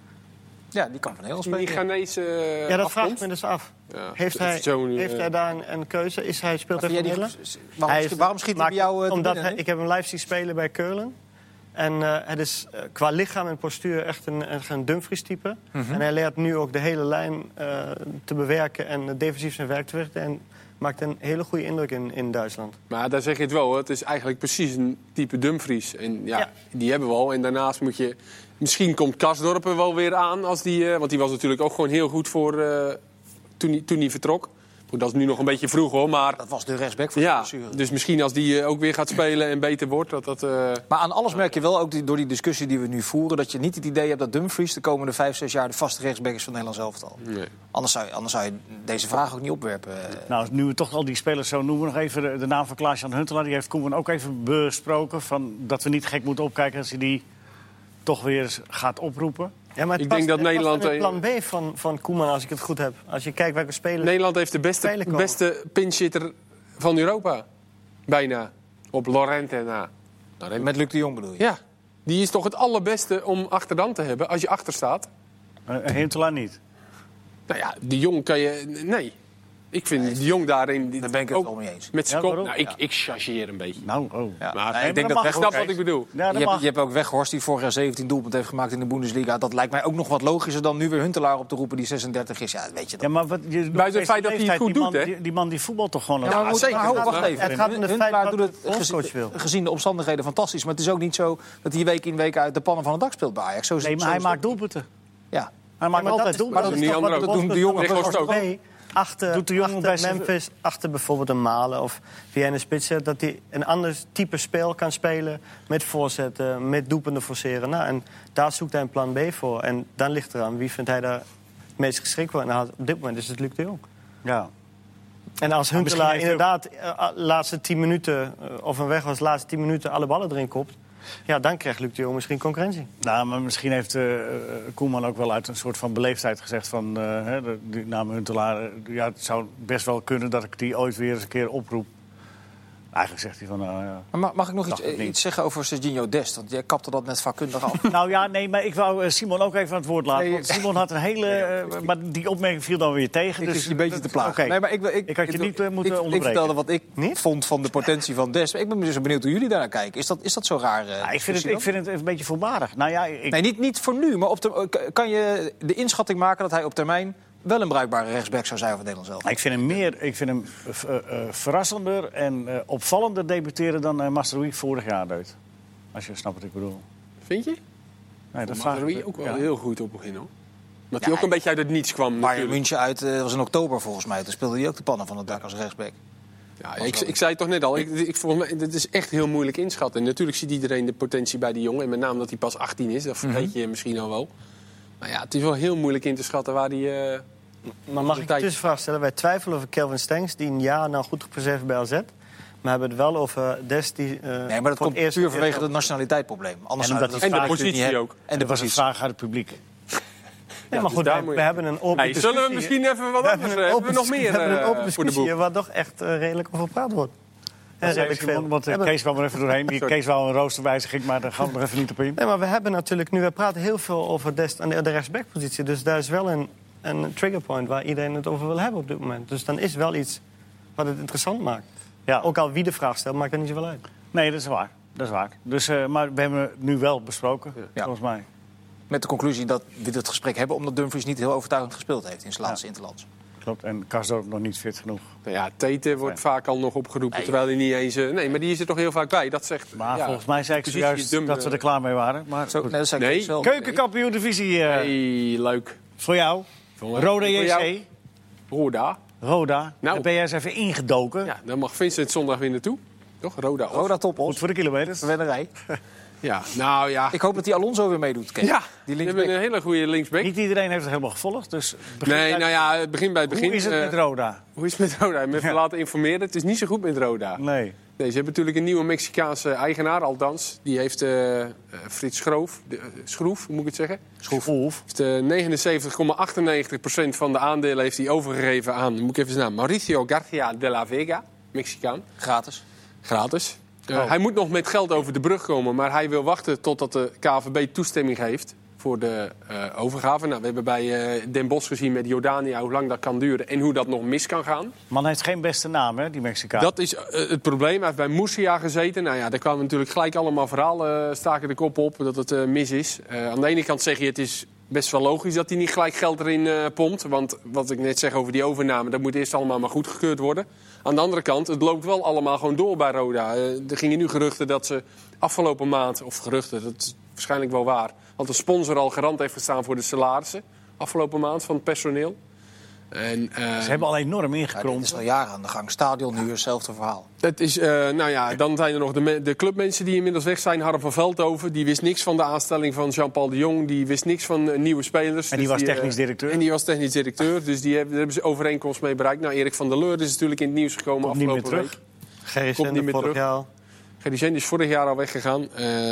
Ja, die kan van Nederland spelen. Die Ghanese ja, dat vraag ik me dus af. Ja, heeft hij daar een keuze? Speelt hij van Nederland? Waarom schiet hij bij jou omdat ik heb hem live zien spelen bij Keulen. En het is qua lichaam en postuur echt een Dumfries-type. Mm-hmm. En hij leert nu ook de hele lijn te bewerken en defensief zijn werk te verrichten. En maakt een hele goede indruk in Duitsland. Maar daar zeg je het wel, het is eigenlijk precies een type Dumfries. En ja, die hebben we al. En daarnaast moet je... Misschien komt Karsdorp er wel weer aan, als want die was natuurlijk ook gewoon heel goed voor toen hij vertrok. Dat is nu nog een beetje vroeg hoor, maar... Dat was de rechtsback voor de blessure. Dus misschien als die ook weer gaat spelen en beter wordt... Maar aan alles merk je wel, ook door die discussie die we nu voeren... dat je niet het idee hebt dat Dumfries de komende 5-6 jaar... de vaste rechtsback is van het Nederlands elftal. Nee. Anders zou je deze vraag ook niet opwerpen. Nou, nu we toch al die spelers zo noemen... nog even de naam van Klaas-Jan Huntelaar. Die heeft Koeman ook even besproken. Dat we niet gek moeten opkijken als hij die toch weer gaat oproepen. Ja, maar ik denk dat Nederland het plan B van Koeman, als ik het goed heb. Als je kijkt welke spelers... Nederland heeft de beste pinchhitter van Europa. Bijna. Op Lorente na. Met Luc de Jong bedoel je? Ja. Die is toch het allerbeste om achterdan te hebben als je achter staat. Huntelaar niet? Nou ja, de Jong kan je... Nee. Ik vind de Jong daarin... Daar ben ik het wel mee eens. Met zijn kop. Nou, ik chargeer een beetje. Nou, Ja. Maar ik denk dat Weghorst... Snap wat ik bedoel. Ja, je hebt ook Weghorst die vorig jaar 17 doelpunten heeft gemaakt in de Bundesliga. Dat lijkt mij ook nog wat logischer dan nu weer Huntelaar op te roepen die 36 is. Ja, weet je dat. Ja, maar buiten het feit dat hij het goed doet, hè? Die man die voetbalt toch gewoon... Ja, maar zeker. Wacht even. Het gaat Huntelaar doet het gezien de omstandigheden fantastisch. Maar het is ook niet zo dat hij week in week uit de pannen van het dak speelt bij Ajax. Nee, maar hij maakt doelpunten. Ja. Hij maakt altijd doelpunten. Maar dat doen de jongen ook. Achter Memphis, achter bijvoorbeeld een Malen of via een spitsen... dat hij een ander type spel kan spelen met voorzetten, met doelpunten forceren. Nou, en daar zoekt hij een plan B voor. En dan ligt eraan wie vindt hij daar het meest geschikt voor. En op dit moment is het Luc de Jong. Ja. En als Huntelaar inderdaad laatste 10 minuten... of een weg als de laatste 10 minuten alle ballen erin kopt... ja, dan krijgt Luc de Jong misschien concurrentie. Nou, maar misschien heeft Koeman ook wel uit een soort van beleefdheid gezegd van... die naam Huntelaar, het zou best wel kunnen dat ik die ooit weer eens een keer oproep. Eigenlijk zegt hij van... Maar mag ik nog iets zeggen over Serginho Dest? Want jij kapte dat net vakkundig af. Nou ja, nee, maar ik wou Simon ook even aan het woord laten. Nee, want Simon had een hele... maar die opmerking viel dan weer tegen. Dus een beetje te plagen. Okay. Nee, maar ik had je niet moeten onderbreken. Ik vertelde wat ik vond van de potentie van Dest. Ik ben dus benieuwd hoe jullie daar naar kijken. Is dat zo raar? Ik vind het een beetje voorbarig. Nou ja, Nee, niet voor nu. Maar kan je de inschatting maken dat hij op termijn... wel een bruikbare rechtsback zou zijn voor Nederland zelf? Ik vind hem verrassender en opvallender debuteren dan Mazraoui vorig jaar deed. Als je snapt wat ik bedoel. Vind je? Nee, dat Mazraoui ook wel heel goed op begin, hoor. Dat hij ook een beetje uit het niets kwam. Bayern München uit, was in oktober volgens mij. Toen speelde hij ook de pannen van het dak als rechtsback. Ja, ik zei het toch net al. Volgens mij, dit is echt heel moeilijk inschatten. En natuurlijk ziet iedereen de potentie bij die jongen. En met name dat hij pas 18 is. Dat vergeet je misschien al wel. Maar ja, het is wel heel moeilijk in te schatten waar hij... Maar mag ik een tussenvraag stellen? Wij twijfelen over Kelvin Stengs, die een jaar nou goed gepreserveerd bij AZ. Maar hebben het wel over Dest die... nee, maar dat komt puur vanwege het nationaliteitsprobleem. Anders en de positie ook. En er was een vraag uit het publiek. Ja, maar goed, we hebben een open discussie. Zullen we misschien even wat anders hebben? We nog meer we hebben een open voor de boek. waar toch echt redelijk over gepraat wordt. Want Kees kwam er even doorheen. Kees wou een roosterwijziging, maar daar gaan we nog even niet op in. Nee, maar we hebben natuurlijk nu... We praten heel veel over Dest aan de rechtsbackpositie. Dus daar is wel een triggerpoint waar iedereen het over wil hebben op dit moment. Dus dan is wel iets wat het interessant maakt. Ja. Ook al wie de vraag stelt, maakt er niet zoveel uit. Nee, dat is waar. Dat is waar. Dus, maar we hebben het nu wel besproken, volgens mij. Met de conclusie dat we dit gesprek hebben... omdat Dumfries niet heel overtuigend gespeeld heeft in zijn laatste interlands. Klopt, en Karsdorp nog niet fit genoeg. Nou ja, Tete wordt vaak al nog opgeroepen, terwijl hij niet eens... nee, maar die is er toch heel vaak bij. Dat zegt... Maar volgens mij zei ik zojuist dat we er klaar mee waren. Maar nee. Keukenkampioen-divisie. Hey, leuk. Voor jou. Roda JC. Roda. Nou. Daar ben jij eens even ingedoken. Ja, dan mag Vincent zondag weer naartoe. Toch? Roda Topos. Goed voor de kilometers. Verwennerij. Ja, nou ja. Ik hoop dat die Alonso weer meedoet, Ken. Ja, die hebben een hele goede linksback. Niet iedereen heeft het helemaal gevolgd, dus... Begin bij het begin. Hoe is het met Roda? Hoe is het met Roda? Ik ben even laten informeren. Het is niet zo goed met Roda. Nee. Ze hebben natuurlijk een nieuwe Mexicaanse eigenaar, althans. Die heeft Frits Schroef, hoe moet ik het zeggen? Schroef. Heeft 79,98% van de aandelen heeft hij overgegeven aan, moet ik even zijn naam, Mauricio García de la Vega, Mexicaan. Gratis. Hij moet nog met geld over de brug komen, maar hij wil wachten totdat de KNVB toestemming geeft voor de overgave. Nou, we hebben bij Den Bosch gezien met Jordania hoe lang dat kan duren en hoe dat nog mis kan gaan. Man heeft geen beste naam, hè, die Mexicaan. Dat is het probleem. Hij heeft bij Murcia gezeten. Nou ja, daar kwamen natuurlijk gelijk allemaal verhalen, staken de kop op dat het mis is. Aan de ene kant zeg je het is best wel logisch dat hij niet gelijk geld erin pompt. Want wat ik net zeg over die overname, dat moet eerst allemaal maar goedgekeurd worden. Aan de andere kant, het loopt wel allemaal gewoon door bij Roda. Er gingen nu geruchten dat ze afgelopen maand, of geruchten, dat is waarschijnlijk wel waar, want de sponsor al garant heeft gestaan voor de salarissen afgelopen maand van het personeel. En, ze hebben al enorm ingekromd. Het is al jaren aan de gang. Stadionhuur, hetzelfde verhaal. Het is, dan zijn er nog de clubmensen die inmiddels weg zijn. Harm van Veldhoven, die wist niks van de aanstelling van Jean-Paul de Jong. Die wist niks van nieuwe spelers. En die was technisch directeur. Dus daar hebben ze overeenkomst mee bereikt. Nou, Erik van der Leur is natuurlijk in het nieuws gekomen afgelopen week. Komt niet meer terug. Gerry is vorig jaar al weggegaan.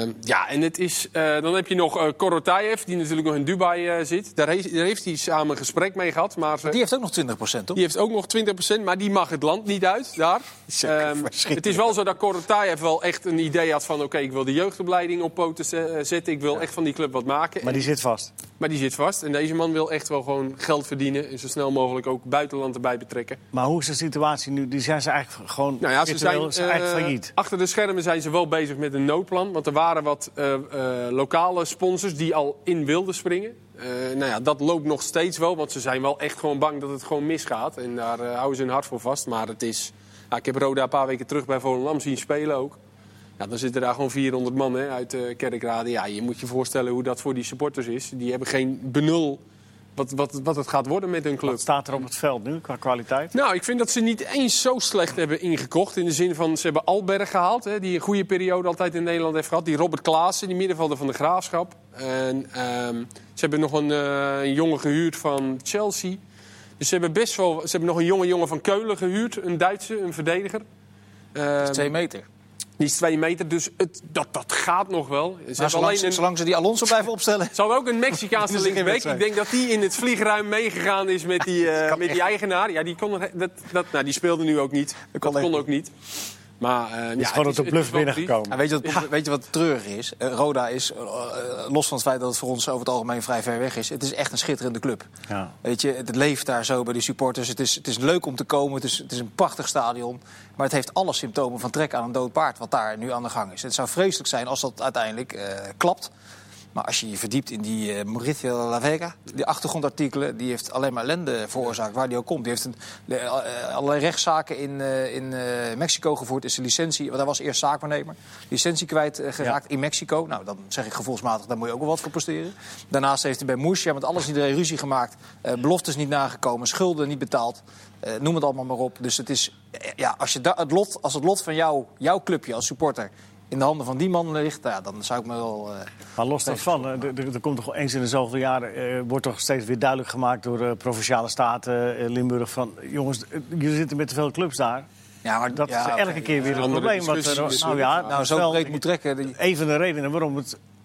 En het is, dan heb je nog Korotayev, die natuurlijk nog in Dubai zit. Daar heeft hij samen een gesprek mee gehad. Maar die heeft ook nog 20%, toch? Die heeft ook nog 20%, maar die mag het land niet uit daar. Het is wel zo dat Korotayev wel echt een idee had van... oké, ik wil de jeugdopleiding op poten zetten. Ik wil echt van die club wat maken. Maar die zit vast. Maar die zit vast. En deze man wil echt wel gewoon geld verdienen. En zo snel mogelijk ook buitenland erbij betrekken. Maar hoe is de situatie nu? Die zijn ze eigenlijk gewoon ze zijn failliet. Achter de schermen zijn ze wel bezig met een noodplan. Want er waren wat lokale sponsors die al in wilden springen. Dat loopt nog steeds wel. Want ze zijn wel echt gewoon bang dat het gewoon misgaat. En daar houden ze hun hart voor vast. Maar het is... ik heb Roda een paar weken terug bij Volendam zien spelen ook. Ja, dan zitten daar gewoon 400 man uit Kerkrade. Ja, je moet je voorstellen hoe dat voor die supporters is. Die hebben geen benul wat het gaat worden met hun club. Wat staat er op het veld nu qua kwaliteit? Nou, ik vind dat ze niet eens zo slecht hebben ingekocht. In de zin van, ze hebben Alberg gehaald. Die een goede periode altijd in Nederland heeft gehad. Die Robert Klaassen, die middenvelder van de Graafschap. En ze hebben nog een jongen gehuurd van Chelsea. Dus ze hebben nog een jonge jongen van Keulen gehuurd. Een Duitse, een verdediger. Dat is 2 meter. Die is 2 meter, dus dat gaat nog wel. Zolang ze die Alonso blijven opstellen. Ze hadden ook een Mexicaanse linksback. Ik denk dat die in het vliegruim meegegaan is met die eigenaar. Ja, die speelde nu ook niet. Dat kon ook niet. Maar het is gewoon op de bluff binnengekomen. Weet je wat treurig is? Roda is, los van het feit dat het voor ons over het algemeen vrij ver weg is... het is echt een schitterende club. Ja. Weet je, het leeft daar zo bij de supporters. Het is leuk om te komen, het is een prachtig stadion. Maar het heeft alle symptomen van trek aan een dood paard... wat daar nu aan de gang is. Het zou vreselijk zijn als dat uiteindelijk klapt... Maar als je je verdiept in die Mauricio La Vega, die achtergrondartikelen... die heeft alleen maar ellende veroorzaakt, waar die ook komt. Die heeft allerlei rechtszaken in Mexico gevoerd. Is de licentie, want hij was eerst zaakwaarnemer. Licentie kwijtgeraakt in Mexico. Nou, dan zeg ik gevoelsmatig, daar moet je ook wel wat voor presteren. Daarnaast heeft hij bij Murcia met alles iedereen ruzie gemaakt. Beloftes niet nagekomen, schulden niet betaald. Noem het allemaal maar op. Dus het is, als het lot van jouw clubje als supporter... in de handen van die man ligt, dan zou ik me wel... Maar los daarvan, er komt toch eens in de zoveel jaren... wordt toch steeds weer duidelijk gemaakt door Provinciale Staten, Limburg... van jongens, jullie zitten met te veel clubs daar. Ja, maar dat is elke keer weer een probleem. Zo breed moet trekken. Een van de redenen waarom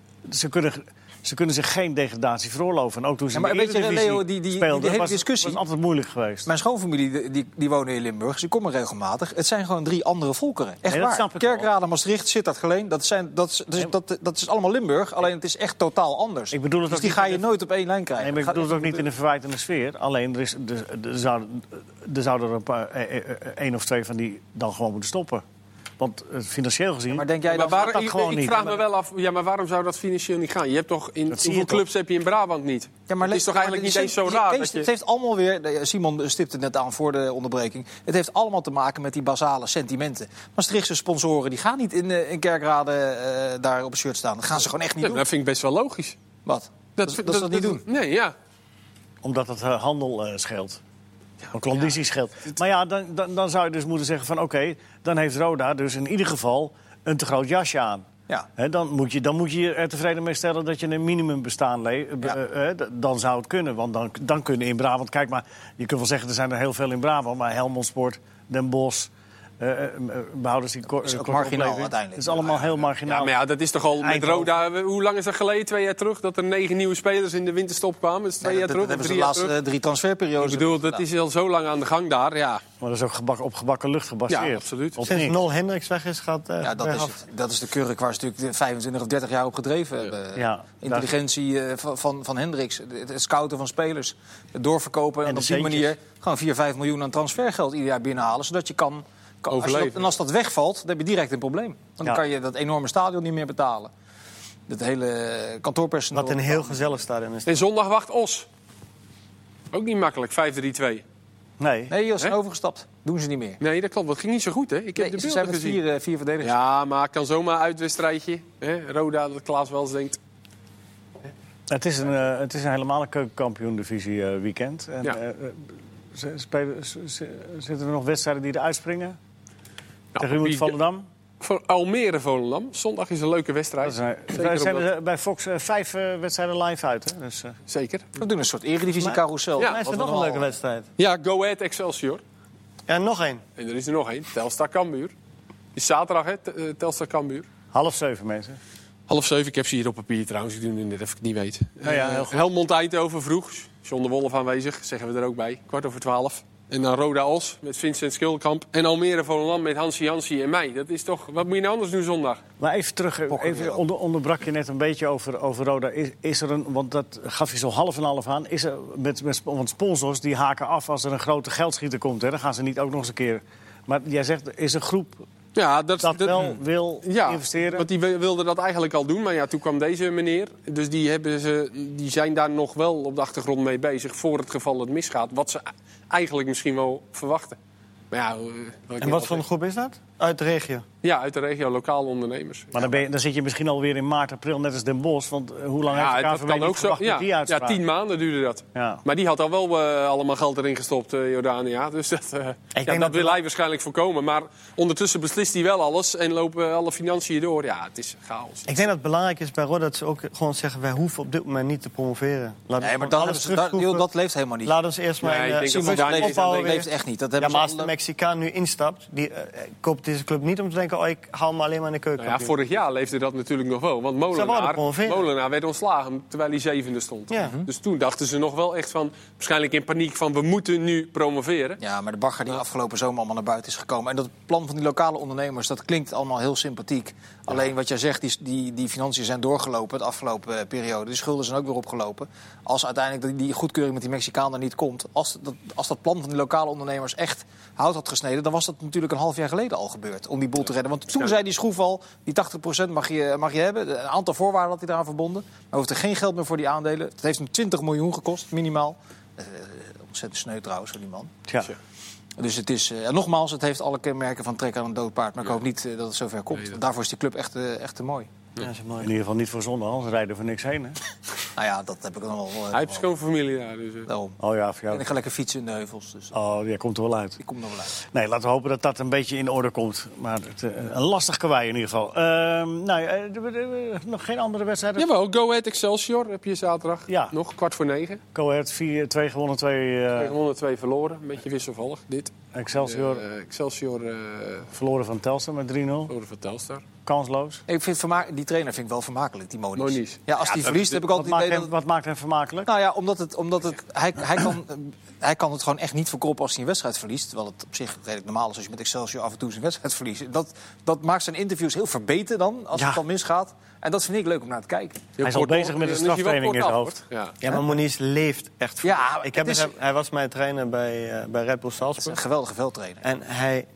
ze kunnen zich geen degradatie veroorloven. En ook toen ze in de Eredivisie speelden, was het altijd moeilijk geweest. Mijn schoonfamilie die wonen in Limburg, ze komen regelmatig. Het zijn gewoon 3 andere volkeren. Echt waar. Kerkrade, Maastricht, Sittard, Geleen. Dat is allemaal Limburg, alleen het is echt totaal anders. Ik bedoel het dus die ga je nooit op één lijn krijgen. Nee, maar ik bedoel het ook niet in een verwijtende sfeer. Alleen er zouden er 1 of 2 van die dan gewoon moeten stoppen. Want financieel gezien... Maar denk jij dat gewoon niet? Ik vraag me wel af, maar waarom zou dat financieel niet gaan? Je hebt toch hoeveel clubs heb je in Brabant niet? Ja, maar het is toch eigenlijk niet eens zo raar? Het heeft allemaal weer, Simon stipte het net aan voor de onderbreking... het heeft allemaal te maken met die basale sentimenten. Maastrichtse sponsoren die gaan niet in Kerkrade daar op een shirt staan. Dat gaan ze gewoon echt niet doen. Dat vind ik best wel logisch. Wat? Dat ze niet doen? Nee, ja. Omdat het handel scheelt. Een klandizie scheelt. Maar ja, dan zou je dus moeten zeggen van... oké, dan heeft Roda dus in ieder geval een te groot jasje aan. Ja. Dan moet je er tevreden mee stellen dat je een minimumbestaan dan zou het kunnen. Want dan kunnen in Brabant... Kijk maar, je kunt wel zeggen er zijn er heel veel in Brabant... maar Helmond Sport, Den Bosch... behouders die kort marginaal uiteindelijk. Het is allemaal heel marginaal. Ja, maar dat is toch al met Roda... Hoe lang is dat geleden? 2 jaar terug? Dat er 9 nieuwe spelers in de winterstop kwamen? Dat is 2 jaar terug? Dat hebben ze de laatste 3 transferperiodes. Ik bedoel, dat is al zo lang aan de gang daar, ja. Maar dat is ook op gebakken lucht gebaseerd. Ja, absoluut. Sinds Nol Hendricks weg is, gaat dat is de kurk waar ze natuurlijk 25 of 30 jaar op gedreven hebben. Ja, intelligentie van Hendricks, het scouten van spelers, het doorverkopen... en op die manier gewoon 4-5 miljoen aan transfergeld ieder jaar binnenhalen... zodat je kan overleven. En als dat wegvalt, dan heb je direct een probleem. Dan kan je dat enorme stadion niet meer betalen. Dat hele kantoorpersoneel... Wat een heel gezellig stadion is. En zondag wacht Os. Ook niet makkelijk, 5-3-2. Nee, Os is overgestapt. Doen ze niet meer. Nee, dat klopt. Dat ging niet zo goed, hè? Ik heb de beelden gezien. Ze zijn met 4 verdedigers. Ja, maar kan zomaar uitwedstrijdje. Roda, dat Klaas wel eens denkt. Het is een helemaal keukenkampioen-divisie weekend. En, zitten er nog wedstrijden die eruit springen? Tegen Ruud Volendam? Voor Almere Volendam. Zondag is een leuke wedstrijd. Wij zijn er bij Fox 5 wedstrijden live uit. Hè? Dus, zeker. We doen een soort eredivisie-carousel. Ja, is er nog een leuke wedstrijd? Ja, Go Ahead Excelsior. Ja, nog één. En er is er nog één. Telstar Cambuur. Is zaterdag, hè? Telstar Cambuur. 6:30, mensen. 6:30. Ik heb ze hier op papier trouwens. Ik doe het net even, ik niet weet. Helmond Eindhoven vroeg. John de Wolf aanwezig, zeggen we er ook bij. 11:15. En dan Roda Os met Vincent Schulkamp. En Almere Volendam met Hansi en mij. Dat is toch... Wat moet je nou anders doen zondag? Maar even terug. Even onderbrak je net een beetje over Roda. Is er een... Want dat gaf je zo half en half aan. Is er want sponsors die haken af als er een grote geldschieter komt. Hè? Dan gaan ze niet ook nog eens een keer... Maar jij zegt, is een groep... Ja, dat wel wil investeren. Want die wilden dat eigenlijk al doen. Maar ja, toen kwam deze meneer. Dus die zijn daar nog wel op de achtergrond mee bezig. Voor het geval het misgaat. Wat ze eigenlijk misschien wel verwachten. Maar ja, en wat voor een groep is dat? Uit de regio? Ja, uit de regio, lokale ondernemers. Maar dan zit je misschien alweer in maart, april, net als Den Bosch. Want hoe lang heeft de KNVB kan ook zo. Die uitspraak? Ja, 10 maanden duurde dat. Ja. Maar die had al wel allemaal geld erin gestopt, Jordania. Dus dat wil hij waarschijnlijk voorkomen. Maar ondertussen beslist hij wel alles en lopen alle financiën door. Ja, het is chaos. Ik denk dat het belangrijk is bij Roda dat ze ook gewoon zeggen... wij hoeven op dit moment niet te promoveren. Nee, maar dat leeft helemaal niet. Laten we eerst maar... Dat leeft echt niet. Maar als de Mexicaan nu instapt... die koopt deze club niet om te denken... ik haal me alleen maar in de keuken. Nou ja, vorig jaar leefde dat natuurlijk nog wel. Want Molenaar werd ontslagen terwijl hij 7e stond. Ja. Dus toen dachten ze nog wel echt van... waarschijnlijk in paniek van we moeten nu promoveren. Ja, maar de bagger die afgelopen zomer allemaal naar buiten is gekomen... en dat plan van die lokale ondernemers, dat klinkt allemaal heel sympathiek. Ja. Alleen wat jij zegt, die financiën zijn doorgelopen de afgelopen periode. De schulden zijn ook weer opgelopen. Als uiteindelijk die goedkeuring met die Mexicaan er niet komt... als dat plan van die lokale ondernemers echt hout had gesneden... dan was dat natuurlijk een half jaar geleden al gebeurd om die boel te redden. Want toen zei die schroef al, die 80% mag je hebben. Een aantal voorwaarden had hij daaraan verbonden. Maar hoefde geen geld meer voor die aandelen. Het heeft hem 20 miljoen gekost, minimaal. Ontzettend sneu trouwens voor die man. Ja. Dus het is, nogmaals, het heeft alle kenmerken van trek aan een dood paard. Maar ik hoop niet dat het zover komt. Nee, daarvoor is die club echt te mooi. Ja, is mooi. In ieder geval niet voor zonde, anders rijden voor niks heen. Hè? Nou ja, dat heb ik dan wel. Hij heeft schoonfamilie daar. Dus, daarom. Oh ja, voor jou. En ik ga lekker fietsen in de heuvels. Dus. Oh, die komt er wel uit. Die komt er wel uit. Nee, laten we hopen dat dat een beetje in orde komt. Maar een lastig karwei in ieder geval. Nog geen andere wedstrijden? Jawel, Go Ahead Excelsior heb je zaterdag. Ja. Nog 8:45. Go Ahead 2 gewonnen, 2 gewonnen, 2 verloren. Een beetje wisselvallig, dit. Excelsior verloren van Telstar met 3-0. Verloren van Telstar. Kansloos. Ik vind die trainer vind ik wel vermakelijk, die Moniz. Ja, als die verliest heb ik altijd het idee... Wat maakt hem vermakelijk? Nou ja, omdat hij kan het gewoon echt niet verkroppen als hij een wedstrijd verliest. Terwijl het op zich redelijk normaal is als je met Excelsior af en toe zijn wedstrijd verliest. Dat maakt zijn interviews heel verbeten dan, als het dan misgaat. En dat vind ik leuk om naar te kijken. Hij is al bezig met een straftraining in zijn hoofd. Ja, maar Moniz leeft echt voor. Ja, hij was mijn trainer bij Red Bull Salzburg. Het is een geweldige veldtrainer. En hij,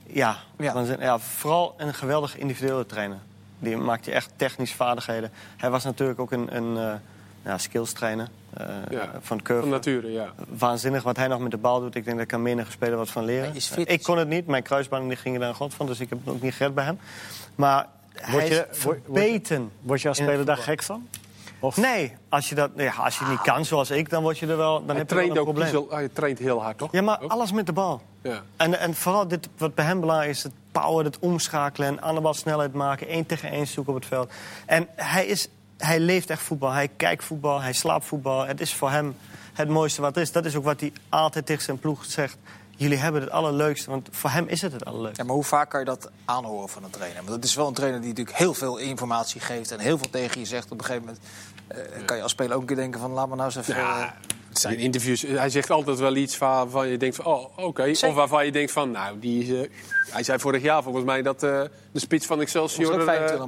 vooral een geweldige individuele trainer. Die maakt je echt technische vaardigheden. Hij was natuurlijk ook een skills trainer van Curve. Van nature, ja. Waanzinnig wat hij nog met de bal doet. Ik denk dat ik kan menige speler wat van leren. Ik kon het niet. Mijn kruisbanden gingen daar een god van. Dus ik heb het ook niet gered bij hem. Maar hij is verbeten. Word je als speler daar gek van? Of? Nee, als je het niet kan zoals ik, dan word je er wel. Dan heb je wel een probleem. Hij traint heel hard, toch? Ja, maar alles met de bal. Ja. En vooral wat bij hem belangrijk is, het power, het omschakelen en aan de bal snelheid maken, 1 tegen 1 zoeken op het veld. En hij leeft echt voetbal. Hij kijkt voetbal, hij slaapt voetbal. Het is voor hem het mooiste wat is. Dat is ook wat hij altijd tegen zijn ploeg zegt. Jullie hebben het allerleukste, want voor hem is het allerleukste. Ja, maar hoe vaak kan je dat aanhoren van een trainer? Want het is wel een trainer die natuurlijk heel veel informatie geeft en heel veel tegen je zegt. Op een gegeven moment kan je als speler ook een keer denken van laat maar nou eens even... Zijn interviews, hij zegt altijd wel iets waarvan je denkt van oké. Of waarvan je denkt van hij zei vorig jaar volgens mij dat de spits van Excelsior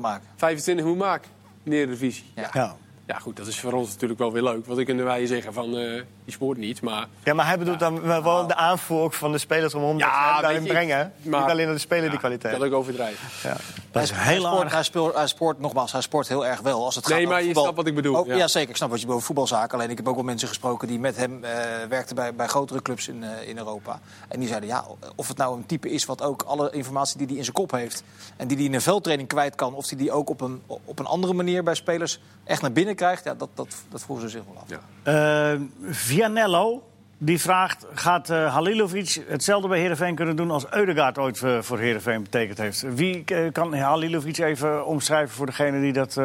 25 moet maken in de Eredivisie. Ja. Ja, goed, dat is voor ons natuurlijk wel weer leuk. Want dan kunnen wij zeggen van, die spoort niet, maar... Ja, maar hij bedoelt dan wel de aanvoer ook van de spelers omheen dat ze hem daarin brengen. Maar, niet alleen de speler die kwaliteit. Dat ook overdrijven. Ja. Dat is hij sport heel erg wel. Als het gaat maar je snapt wat ik bedoel. Ja, zeker. Ik snap wat je bedoelt, voetbalzaken. Alleen ik heb ook wel mensen gesproken die met hem werkten bij grotere clubs in Europa. En die zeiden, of het nou een type is wat ook alle informatie die hij in zijn kop heeft... en die hij in een veldtraining kwijt kan... of die ook op een andere manier bij spelers echt naar binnen krijgt... Ja, dat vroegen ze zich wel af. Ja. Vianello die vraagt... gaat Halilovic hetzelfde bij Heerenveen kunnen doen... als Ødegaard ooit voor Heerenveen betekend heeft? Wie kan Halilovic even omschrijven voor degene die dat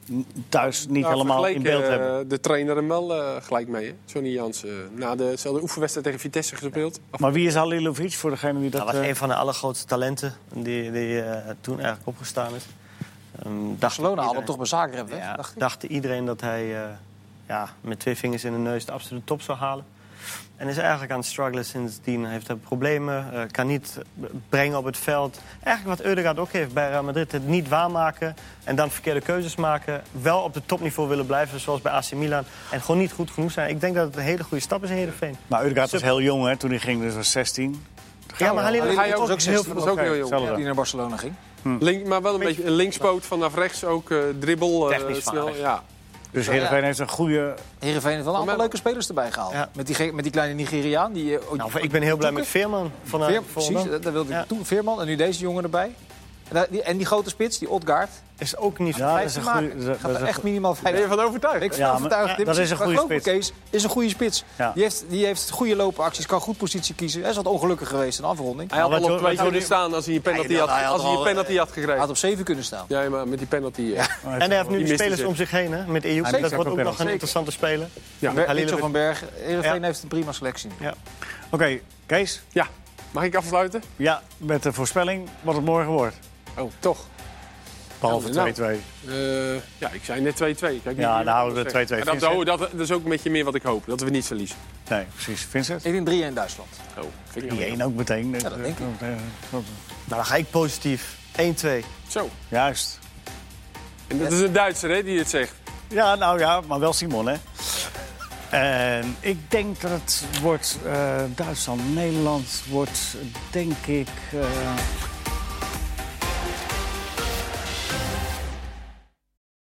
thuis niet helemaal in beeld hebben? De trainer hem wel gelijk mee, hè? Johnny Jansen. Na dezelfde oefenwedstrijd tegen Vitesse gespeeld. Maar wie is Halilovic voor degene die dat... Dat was een van de allergrootste talenten die toen eigenlijk opgestaan is. Barcelona had hem toch bij Zagreb, hè? Ja, dacht iedereen dat hij met 2 vingers in de neus de absolute top zou halen. En is eigenlijk aan het struggelen sindsdien. Hij heeft problemen, kan niet brengen op het veld. Eigenlijk wat Ødegaard ook heeft bij Real Madrid. Het niet waarmaken en dan verkeerde keuzes maken. Wel op het topniveau willen blijven, zoals bij AC Milan. En gewoon niet goed genoeg zijn. Ik denk dat het een hele goede stap is in Heerenveen. Maar Ødegaard was heel jong, hè, toen hij ging, dus was 16. Ja, maar hij was ook heel jong. Toen hij naar Barcelona ging. Maar wel een beetje een linkspoot vanaf rechts, ook dribbel. Technisch snel, ja. Dus Heerenveen heeft een goede... Heerenveen heeft wel een aantal leuke spelers erbij gehaald. Ja. Met die kleine Nigeriaan. Ik ben heel blij met Veerman. Precies, dat wilde ik toen. Veerman en nu deze jongen erbij. En die grote spits, die Odgaard. Is ook niet van 5 te maken. Gaat er echt minimaal 5. Ben je van overtuigd? Ik ben overtuigd. Dat is een goede spits. Kees is een goede spits. Ja. Die heeft goede loopacties, kan goed positie kiezen. Hij is wat ongelukkig geweest in de afronding. Hij had al op 2 kunnen staan als hij een penalty had gekregen. Hij had op 7 kunnen staan. Ja, maar met die penalty... Ja. En hij heeft nu de spelers om zich heen, hè? Met Ejoep. Dat wordt ook nog een interessante speler. Mitchell van Berg. Heerenveen heeft een prima selectie. Oké, Kees? Ja. Mag ik afsluiten? Ja, met de voorspelling wat het morgen wordt. Oh, toch? Behalve 2-2. Ja, ik zei net 2-2. Kijk, ja, dan houden we 2-2. Dat is ook een beetje meer wat ik hoop. Dat we niet verliezen. Nee, precies. Vincent? Ik denk 3-1 Duitsland. Oh, vind ik 3-1 ook meteen. Ja, dat denk ik. Nou, dan ga ik positief. 1-2. Zo. Juist. En dat is een Duitser, hè, die het zegt. Ja, nou ja, maar wel Simon, hè. En ik denk dat het wordt Duitsland-Nederland wordt, denk ik...